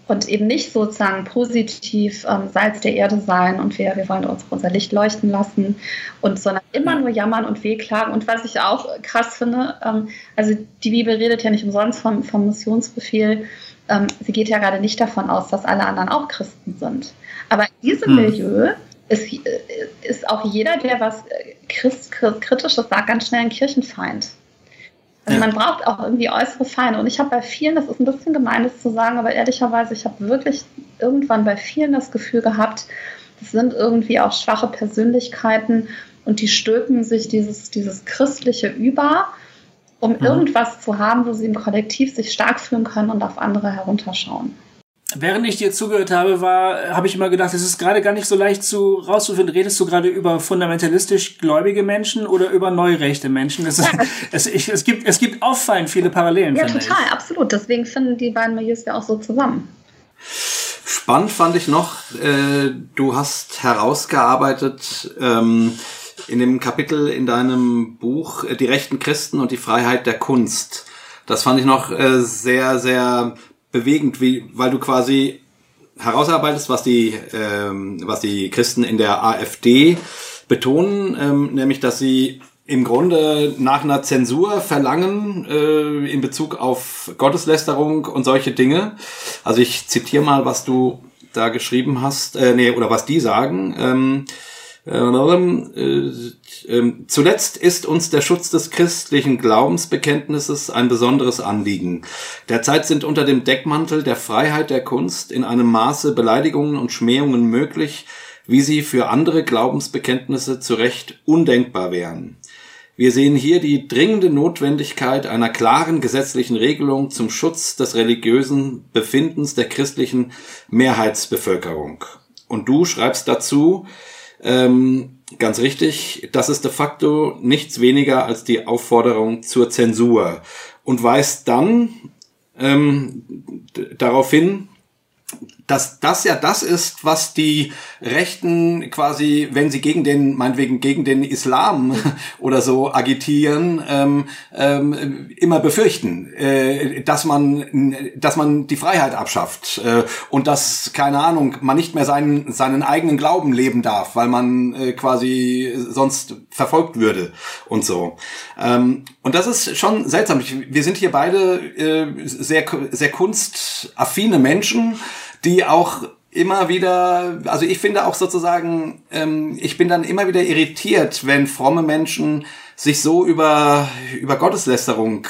[SPEAKER 3] und eben nicht sozusagen positiv ähm, Salz der Erde sein und wir, wir wollen uns unser Licht leuchten lassen, und sondern immer nur jammern und wehklagen. Und was ich auch krass finde, ähm, also die Bibel redet ja nicht umsonst vom, vom Missionsbefehl. Ähm, sie geht ja gerade nicht davon aus, dass alle anderen auch Christen sind. Aber in diesem hm. Milieu ist, ist auch jeder, der was Christ, Kritisches sagt, ganz schnell ein Kirchenfeind. Also man braucht auch irgendwie äußere Feinde. Und ich habe bei vielen, das ist ein bisschen gemein, das zu sagen, aber ehrlicherweise, ich habe wirklich irgendwann bei vielen das Gefühl gehabt, das sind irgendwie auch schwache Persönlichkeiten und die stülpen sich dieses, dieses Christliche über, um mhm. irgendwas zu haben, wo sie im Kollektiv sich stark fühlen können und auf andere herunterschauen.
[SPEAKER 1] Während ich dir zugehört habe, war, habe ich immer gedacht, es ist gerade gar nicht so leicht zu rauszufinden. Redest du gerade über fundamentalistisch gläubige Menschen oder über neurechte Menschen? Das ist, ja, es, ich, es gibt, es gibt auffallend viele Parallelen.
[SPEAKER 3] Ja, total, ich. absolut. Deswegen finden die beiden Milieus ja auch so zusammen.
[SPEAKER 2] Spannend fand ich noch, äh, du hast herausgearbeitet ähm, in dem Kapitel in deinem Buch äh, die rechten Christen und die Freiheit der Kunst. Das fand ich noch äh, sehr, sehr bewegend, wie, weil du quasi herausarbeitest, was die, ähm, was die Christen in der AfD betonen, ähm, nämlich, dass sie im Grunde nach einer Zensur verlangen äh, in Bezug auf Gotteslästerung und solche Dinge. Also ich zitiere mal, was du da geschrieben hast, äh, nee, oder was die sagen. Ähm, äh, äh, zuletzt ist uns der Schutz des christlichen Glaubensbekenntnisses ein besonderes Anliegen. Derzeit sind unter dem Deckmantel der Freiheit der Kunst in einem Maße Beleidigungen und Schmähungen möglich, wie sie für andere Glaubensbekenntnisse zu Recht undenkbar wären. Wir sehen hier die dringende Notwendigkeit einer klaren gesetzlichen Regelung zum Schutz des religiösen Befindens der christlichen Mehrheitsbevölkerung. Und du schreibst dazu, ähm, ganz richtig, das ist de facto nichts weniger als die Aufforderung zur Zensur und weist dann ähm, d- darauf hin, dass das ja das ist, was die Rechten quasi, wenn sie gegen den, meinetwegen gegen den Islam oder so agitieren, ähm, ähm, immer befürchten, äh, dass man, dass man die Freiheit abschafft äh, und dass, keine Ahnung, man nicht mehr seinen, seinen eigenen Glauben leben darf, weil man äh, quasi sonst verfolgt würde und so. Ähm, und das ist schon seltsam. Wir sind hier beide äh, sehr, sehr kunstaffine Menschen, die auch immer wieder, also ich finde auch sozusagen, ähm, ich bin dann immer wieder irritiert, wenn fromme Menschen sich so über über Gotteslästerung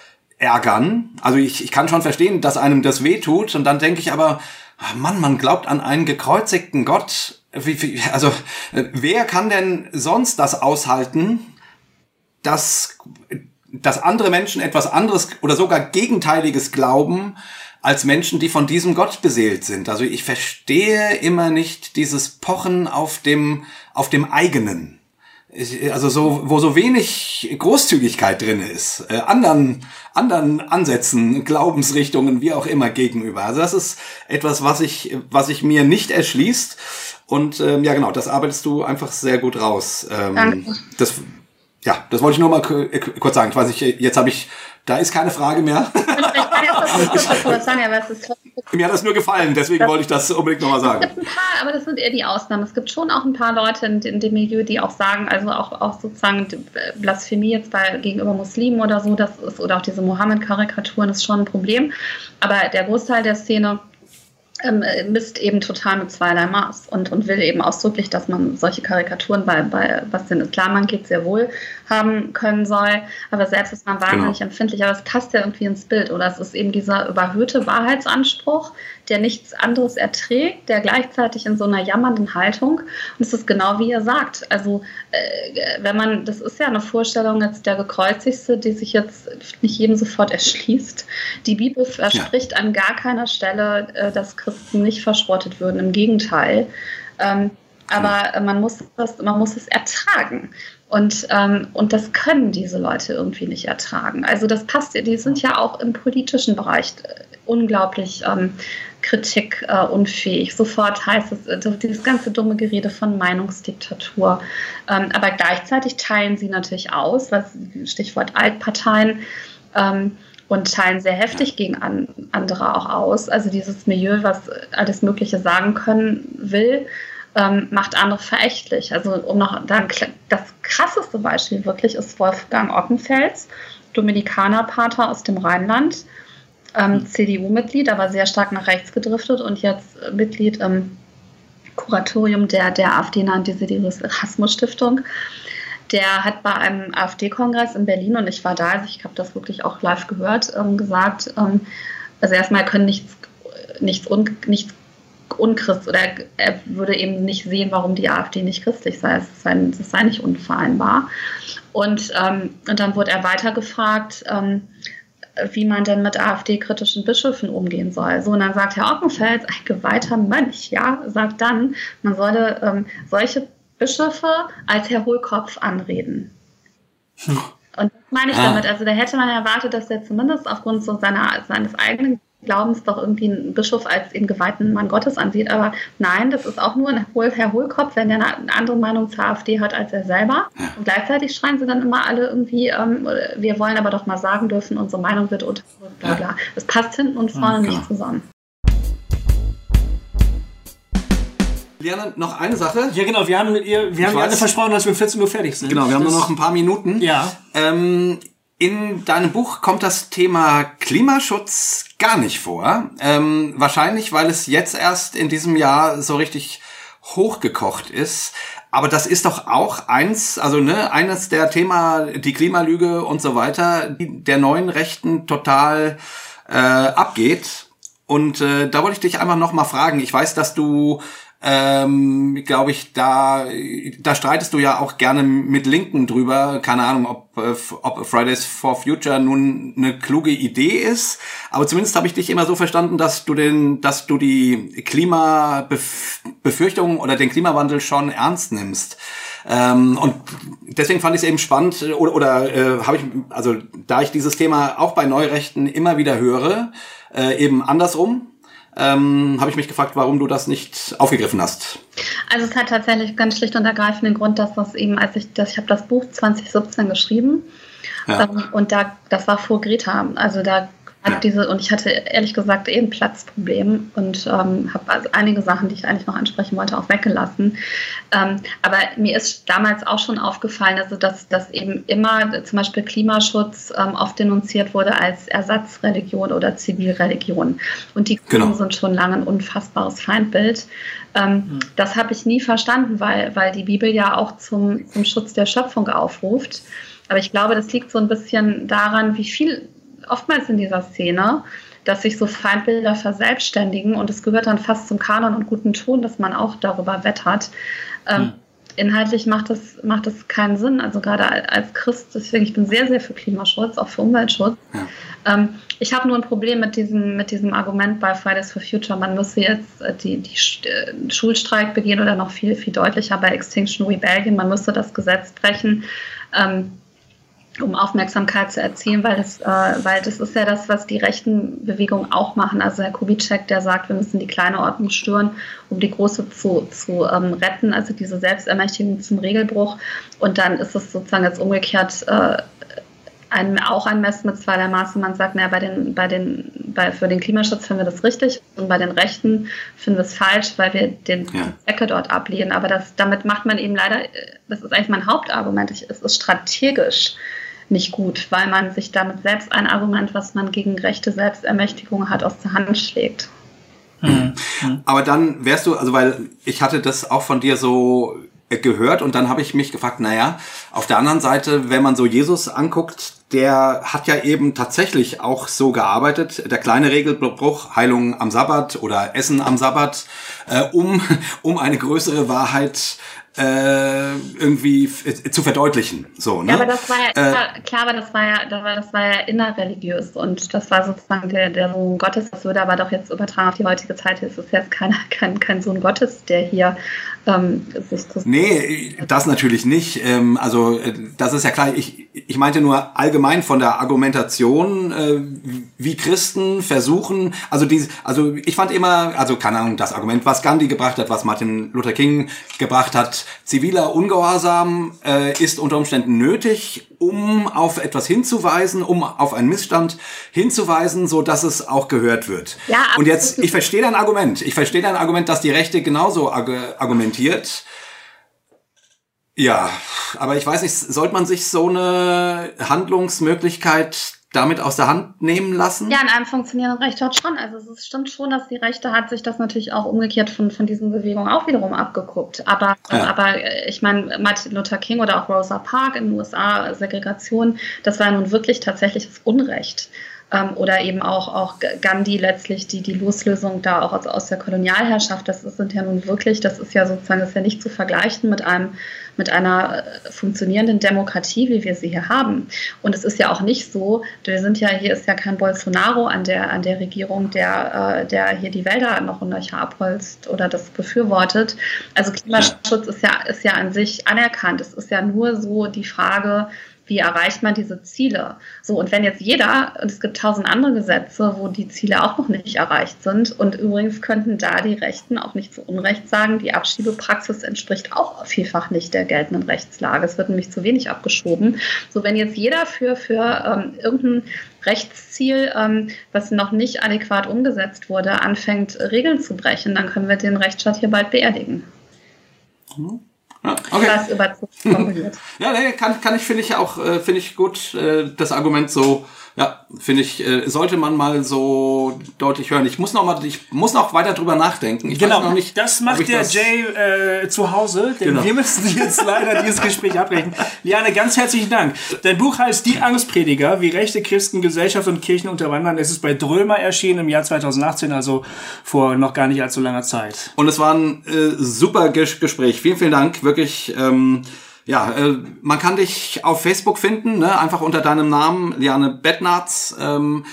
[SPEAKER 2] ärgern. Also ich, ich kann schon verstehen, dass einem das wehtut, und dann denke ich aber, ach Mann, man glaubt an einen gekreuzigten Gott. Wie, wie, also wer kann denn sonst das aushalten, dass, dass andere Menschen etwas anderes oder sogar Gegenteiliges glauben, als Menschen, die von diesem Gott beseelt sind. Also ich verstehe immer nicht dieses Pochen auf dem, auf dem eigenen. Ich, also so, wo so wenig Großzügigkeit drin ist, äh, anderen, anderen Ansätzen, Glaubensrichtungen, wie auch immer gegenüber. Also das ist etwas, was ich, was ich mir nicht erschließt. Und ähm, ja, genau, das arbeitest du einfach sehr gut raus. Ähm, Danke. Das, ja, das wollte ich nur mal k- kurz sagen. Ich weiß nicht, jetzt habe ich, da ist keine Frage mehr. Mir hat das nur gefallen, deswegen das, wollte ich das unbedingt nochmal sagen.
[SPEAKER 3] Es gibt ein paar, aber das sind eher die Ausnahmen. Es gibt schon auch ein paar Leute in, in dem Milieu, die auch sagen, also auch, auch sozusagen Blasphemie jetzt bei, gegenüber Muslimen oder so, das ist, oder auch diese Mohammed-Karikaturen ist schon ein Problem. Aber der Großteil der Szene ähm, misst eben total mit zweierlei Maß und, und will eben ausdrücklich, dass man solche Karikaturen bei, bei was den Islam angeht, sehr wohl haben können soll, aber selbst ist man wahnsinnig genau. empfindlich, aber es passt ja irgendwie ins Bild, oder es ist eben dieser überhöhte Wahrheitsanspruch, der nichts anderes erträgt, der gleichzeitig in so einer jammernden Haltung, und es ist genau wie ihr sagt, also äh, wenn man, das ist ja eine Vorstellung jetzt der Gekreuzigste, die sich jetzt nicht jedem sofort erschließt, die Bibel verspricht ja. an gar keiner Stelle, äh, dass Christen nicht verschrottet würden, im Gegenteil, ähm, aber man muss das, man muss es ertragen. Und, ähm, und das können diese Leute irgendwie nicht ertragen. Also das passt, die sind ja auch im politischen Bereich äh, unglaublich ähm, kritikunfähig. Äh, Sofort heißt es, äh, dieses ganze dumme Gerede von Meinungsdiktatur. Ähm, aber gleichzeitig teilen sie natürlich aus, was Stichwort Altparteien. Ähm, und teilen sehr heftig gegen an, andere auch aus. Also dieses Milieu, was alles Mögliche sagen können will, ähm, macht andere verächtlich. Also um noch dann das krasseste Beispiel wirklich ist Wolfgang Ockenfels, Dominikanerpater aus dem Rheinland, ähm, mhm. C D U-Mitglied, aber sehr stark nach rechts gedriftet und jetzt Mitglied im Kuratorium der, der AfD-nahen Desiderius-Erasmus-Stiftung. Der hat bei einem AfD-Kongress in Berlin, und ich war da, also ich habe das wirklich auch live gehört, ähm, gesagt, ähm, also erstmal können nichts, nichts, un, nichts unchrist, oder er würde eben nicht sehen, warum die AfD nicht christlich sei. Es sei, es sei nicht unvereinbar. Und, ähm, und dann wurde er weiter gefragt, ähm, wie man denn mit AfD-kritischen Bischöfen umgehen soll. So, und dann sagt Herr Ockenfels, ein geweihter Mönch, ja, sagt dann, man solle ähm, solche Bischöfe als Herr Hohlkopf anreden. Hm. Und das meine ich ah. damit. Also da hätte man erwartet, dass er zumindest aufgrund so seiner, seines eigenen Glaubens doch irgendwie einen Bischof als eben geweihten Mann Gottes ansieht. Aber nein, das ist auch nur ein Herr Hohlkopf, wenn der eine andere Meinung zur AfD hat als er selber. Und gleichzeitig schreien sie dann immer alle irgendwie, ähm, wir wollen aber doch mal sagen dürfen, unsere Meinung wird unterdrückt, bla bla. Das passt hinten und vorne okay. nicht zusammen.
[SPEAKER 2] Liane, noch eine Sache.
[SPEAKER 1] Ja, genau. Wir haben, ihr, wir haben ja alle versprochen, dass wir um vierzehn Uhr fertig sind.
[SPEAKER 2] Genau, wir haben das nur noch ein paar Minuten.
[SPEAKER 1] Ja.
[SPEAKER 2] Ähm, in deinem Buch kommt das Thema Klimaschutz gar nicht vor. Ähm, wahrscheinlich, weil es jetzt erst in diesem Jahr so richtig hochgekocht ist. Aber das ist doch auch eins, also ne, eines der Thema, die Klimalüge und so weiter, die der neuen Rechten total äh, abgeht. Und äh, da wollte ich dich einfach noch mal fragen. Ich weiß, dass du Ähm, glaube ich, da da streitest du ja auch gerne mit Linken drüber. Keine Ahnung, ob, ob Fridays for Future nun eine kluge Idee ist. Aber zumindest habe ich dich immer so verstanden, dass du den, dass du die Klimabefürchtungen oder den Klimawandel schon ernst nimmst. Ähm, und deswegen fand ich es eben spannend, oder, oder äh, habe ich, also da ich dieses Thema auch bei Neurechten immer wieder höre, äh, eben andersrum. Ähm, habe ich mich gefragt, warum du das nicht aufgegriffen hast.
[SPEAKER 3] Also es hat tatsächlich ganz schlicht und ergreifend den Grund, dass das eben, als ich das, ich habe das Buch zwanzig siebzehn geschrieben ja. ähm, und da, das war vor Greta, also da hat ja. diese, und ich hatte ehrlich gesagt eh ein Platzproblem und ähm, habe also einige Sachen, die ich eigentlich noch ansprechen wollte, auch weggelassen. Ähm, aber mir ist damals auch schon aufgefallen, also dass, dass eben immer zum Beispiel Klimaschutz ähm, oft denunziert wurde als Ersatzreligion oder Zivilreligion. Und die Grünen genau. sind schon lange ein unfassbares Feindbild. Ähm, mhm. Das habe ich nie verstanden, weil, weil die Bibel ja auch zum, zum Schutz der Schöpfung aufruft. Aber ich glaube, das liegt so ein bisschen daran, wie viel oftmals in dieser Szene, dass sich so Feindbilder verselbstständigen und es gehört dann fast zum Kanon und guten Ton, dass man auch darüber wettert. Ähm, hm. Inhaltlich macht das, macht das keinen Sinn, also gerade als Christ, deswegen ich bin sehr, sehr für Klimaschutz, auch für Umweltschutz. Ja. Ähm, ich habe nur ein Problem mit diesem, mit diesem Argument bei Fridays for Future, man müsse jetzt äh, die, die äh, Schulstreik begehen oder noch viel, viel deutlicher bei Extinction Rebellion, man müsse das Gesetz brechen. Ähm, um Aufmerksamkeit zu erzielen, weil das, äh, weil das ist ja das, was die rechten Bewegungen auch machen. Also Herr Kubitschek, der sagt, wir müssen die kleine Ordnung stören, um die große zu, zu ähm, retten, also diese Selbstermächtigung zum Regelbruch. Und dann ist es sozusagen jetzt umgekehrt äh, ein, auch ein Messmittel der Maße. Man sagt, naja, bei den, bei den, bei, für den Klimaschutz finden wir das richtig und bei den Rechten finden wir es falsch, weil wir den ja. Zwecke dort ablehnen. Aber das, damit macht man eben leider, das ist eigentlich mein Hauptargument, ich, es ist strategisch nicht gut, weil man sich damit selbst ein Argument, was man gegen rechte Selbstermächtigung hat, aus der Hand schlägt.
[SPEAKER 2] Mhm. Aber dann wärst du, also weil ich hatte das auch von dir so gehört und dann habe ich mich gefragt, naja, auf der anderen Seite, wenn man so Jesus anguckt, der hat ja eben tatsächlich auch so gearbeitet, der kleine Regelbruch, Heilung am Sabbat oder Essen am Sabbat, äh, um, um eine größere Wahrheit äh, irgendwie f- zu verdeutlichen. So, ne?
[SPEAKER 3] Ja, aber das war ja, äh, klar, aber das war ja, das war, das war ja innerreligiös und das war sozusagen der, der Sohn Gottes, das würde aber doch jetzt übertragen auf die heutige Zeit, es ist jetzt kein, kein, kein Sohn Gottes, der hier ähm, sich...
[SPEAKER 2] Nee, das natürlich nicht, ähm, also das ist ja klar, ich, ich meinte nur allgemein allgemein von der Argumentation, äh, wie Christen versuchen, also die, also ich fand immer, also keine Ahnung, das Argument, was Gandhi gebracht hat, was Martin Luther King gebracht hat, ziviler Ungehorsam äh, ist unter Umständen nötig, um auf etwas hinzuweisen, um auf einen Missstand hinzuweisen, so dass es auch gehört wird.
[SPEAKER 3] Ja,
[SPEAKER 2] und jetzt, ich verstehe dein Argument, ich verstehe dein Argument, dass die Rechte genauso arg- argumentiert. Ja, aber ich weiß nicht, sollte man sich so eine Handlungsmöglichkeit damit aus der Hand nehmen lassen?
[SPEAKER 3] Ja, in einem funktionierenden Rechtsstaat schon. Also es stimmt schon, dass die Rechte hat sich das natürlich auch umgekehrt von, von diesen Bewegungen auch wiederum abgeguckt. Aber, ja. aber ich meine, Martin Luther King oder auch Rosa Parks in den U S A, Segregation, das war nun wirklich tatsächlich das Unrecht. Ähm, oder eben auch, auch Gandhi letztlich, die, die Loslösung da auch aus, aus der Kolonialherrschaft, das ist, sind ja nun wirklich, das ist ja sozusagen, das ist ja nicht zu vergleichen mit einem, mit einer funktionierenden Demokratie, wie wir sie hier haben. Und es ist ja auch nicht so, wir sind ja, hier ist ja kein Bolsonaro an der, an der Regierung, der, äh, der hier die Wälder noch und nöcher abholzt oder das befürwortet. Also Klimaschutz ist ja, ist ja an sich anerkannt. Es ist ja nur so die Frage, wie erreicht man diese Ziele? So, und wenn jetzt jeder, und es gibt tausend andere Gesetze, wo die Ziele auch noch nicht erreicht sind, und übrigens könnten da die Rechten auch nicht zu Unrecht sagen, die Abschiebepraxis entspricht auch vielfach nicht der geltenden Rechtslage. Es wird nämlich zu wenig abgeschoben. So, wenn jetzt jeder für, für ähm, irgendein Rechtsziel, ähm, was noch nicht adäquat umgesetzt wurde, anfängt, Regeln zu brechen, dann können wir den Rechtsstaat hier bald beerdigen.
[SPEAKER 2] Mhm. Ja, okay.
[SPEAKER 3] Das überzogen formuliert.
[SPEAKER 2] Ja, nee, kann, kann ich, finde ich auch, äh, finde ich gut, äh, das Argument so, ja, finde ich, äh, sollte man mal so deutlich hören. Ich muss noch mal, ich muss noch weiter drüber nachdenken. Ich
[SPEAKER 1] genau,
[SPEAKER 2] weiß noch nicht,
[SPEAKER 1] das macht der das Jay äh, zu Hause, denn genau. wir müssen jetzt leider dieses Gespräch abbrechen. Liane, ganz herzlichen Dank. Dein Buch heißt Die Angstprediger, wie rechte Christen Gesellschaft und Kirchen unterwandern. Es ist bei Drömer erschienen im Jahr zweitausendachtzehn, also vor noch gar nicht allzu langer Zeit.
[SPEAKER 2] Und es war ein äh, super Ges- Gespräch. Vielen, vielen Dank. Wirklich, ähm, ja, äh, man kann dich auf Facebook finden, ne? Einfach unter deinem Namen, Liane Bettnarz. Ähm,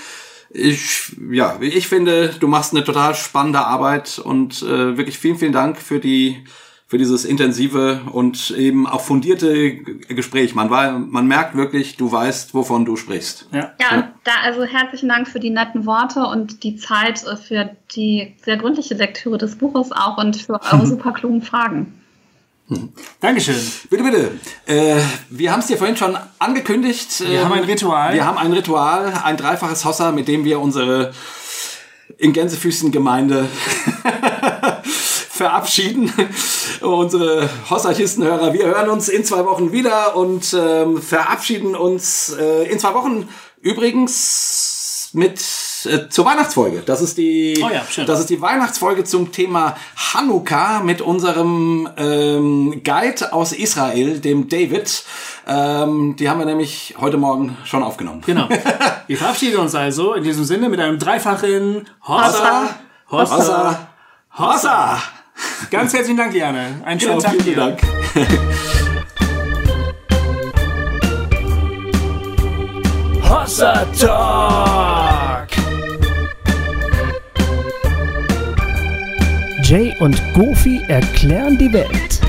[SPEAKER 2] ich, ja, ich finde, du machst eine total spannende Arbeit und äh, wirklich vielen, vielen Dank für die, für dieses intensive und eben auch fundierte Gespräch. Man war, man merkt wirklich, du weißt, wovon du sprichst.
[SPEAKER 3] Ja, ja, und da, also herzlichen Dank für die netten Worte und die Zeit für die sehr gründliche Lektüre des Buches auch und für eure super klugen Fragen.
[SPEAKER 2] Hm.
[SPEAKER 1] Dankeschön.
[SPEAKER 2] Bitte, bitte. Äh, wir haben es dir vorhin schon angekündigt.
[SPEAKER 1] Wir ähm, haben ein Ritual.
[SPEAKER 2] Wir haben ein Ritual, ein dreifaches Hossa, mit dem wir unsere in Gänsefüßchen-Gemeinde verabschieden. Unsere Hossarchisten-Hörer, wir hören uns in zwei Wochen wieder und ähm, verabschieden uns äh, in zwei Wochen übrigens mit äh, zur Weihnachtsfolge. Das ist die,
[SPEAKER 1] oh ja, schön.
[SPEAKER 2] Das ist die Weihnachtsfolge zum Thema Hanukkah mit unserem ähm, Guide aus Israel, dem David. Ähm, die haben wir nämlich heute Morgen schon aufgenommen.
[SPEAKER 1] Genau. Wir verabschieden uns also in diesem Sinne mit einem dreifachen Hossa, Hossa, Hossa, Hossa. Ganz herzlichen Dank, Liane. Einen schönen
[SPEAKER 2] genau,
[SPEAKER 1] Tag
[SPEAKER 2] vielen
[SPEAKER 1] dir.
[SPEAKER 2] Dank.
[SPEAKER 1] Hossa Talk.
[SPEAKER 4] Jay und Goofy erklären die Welt.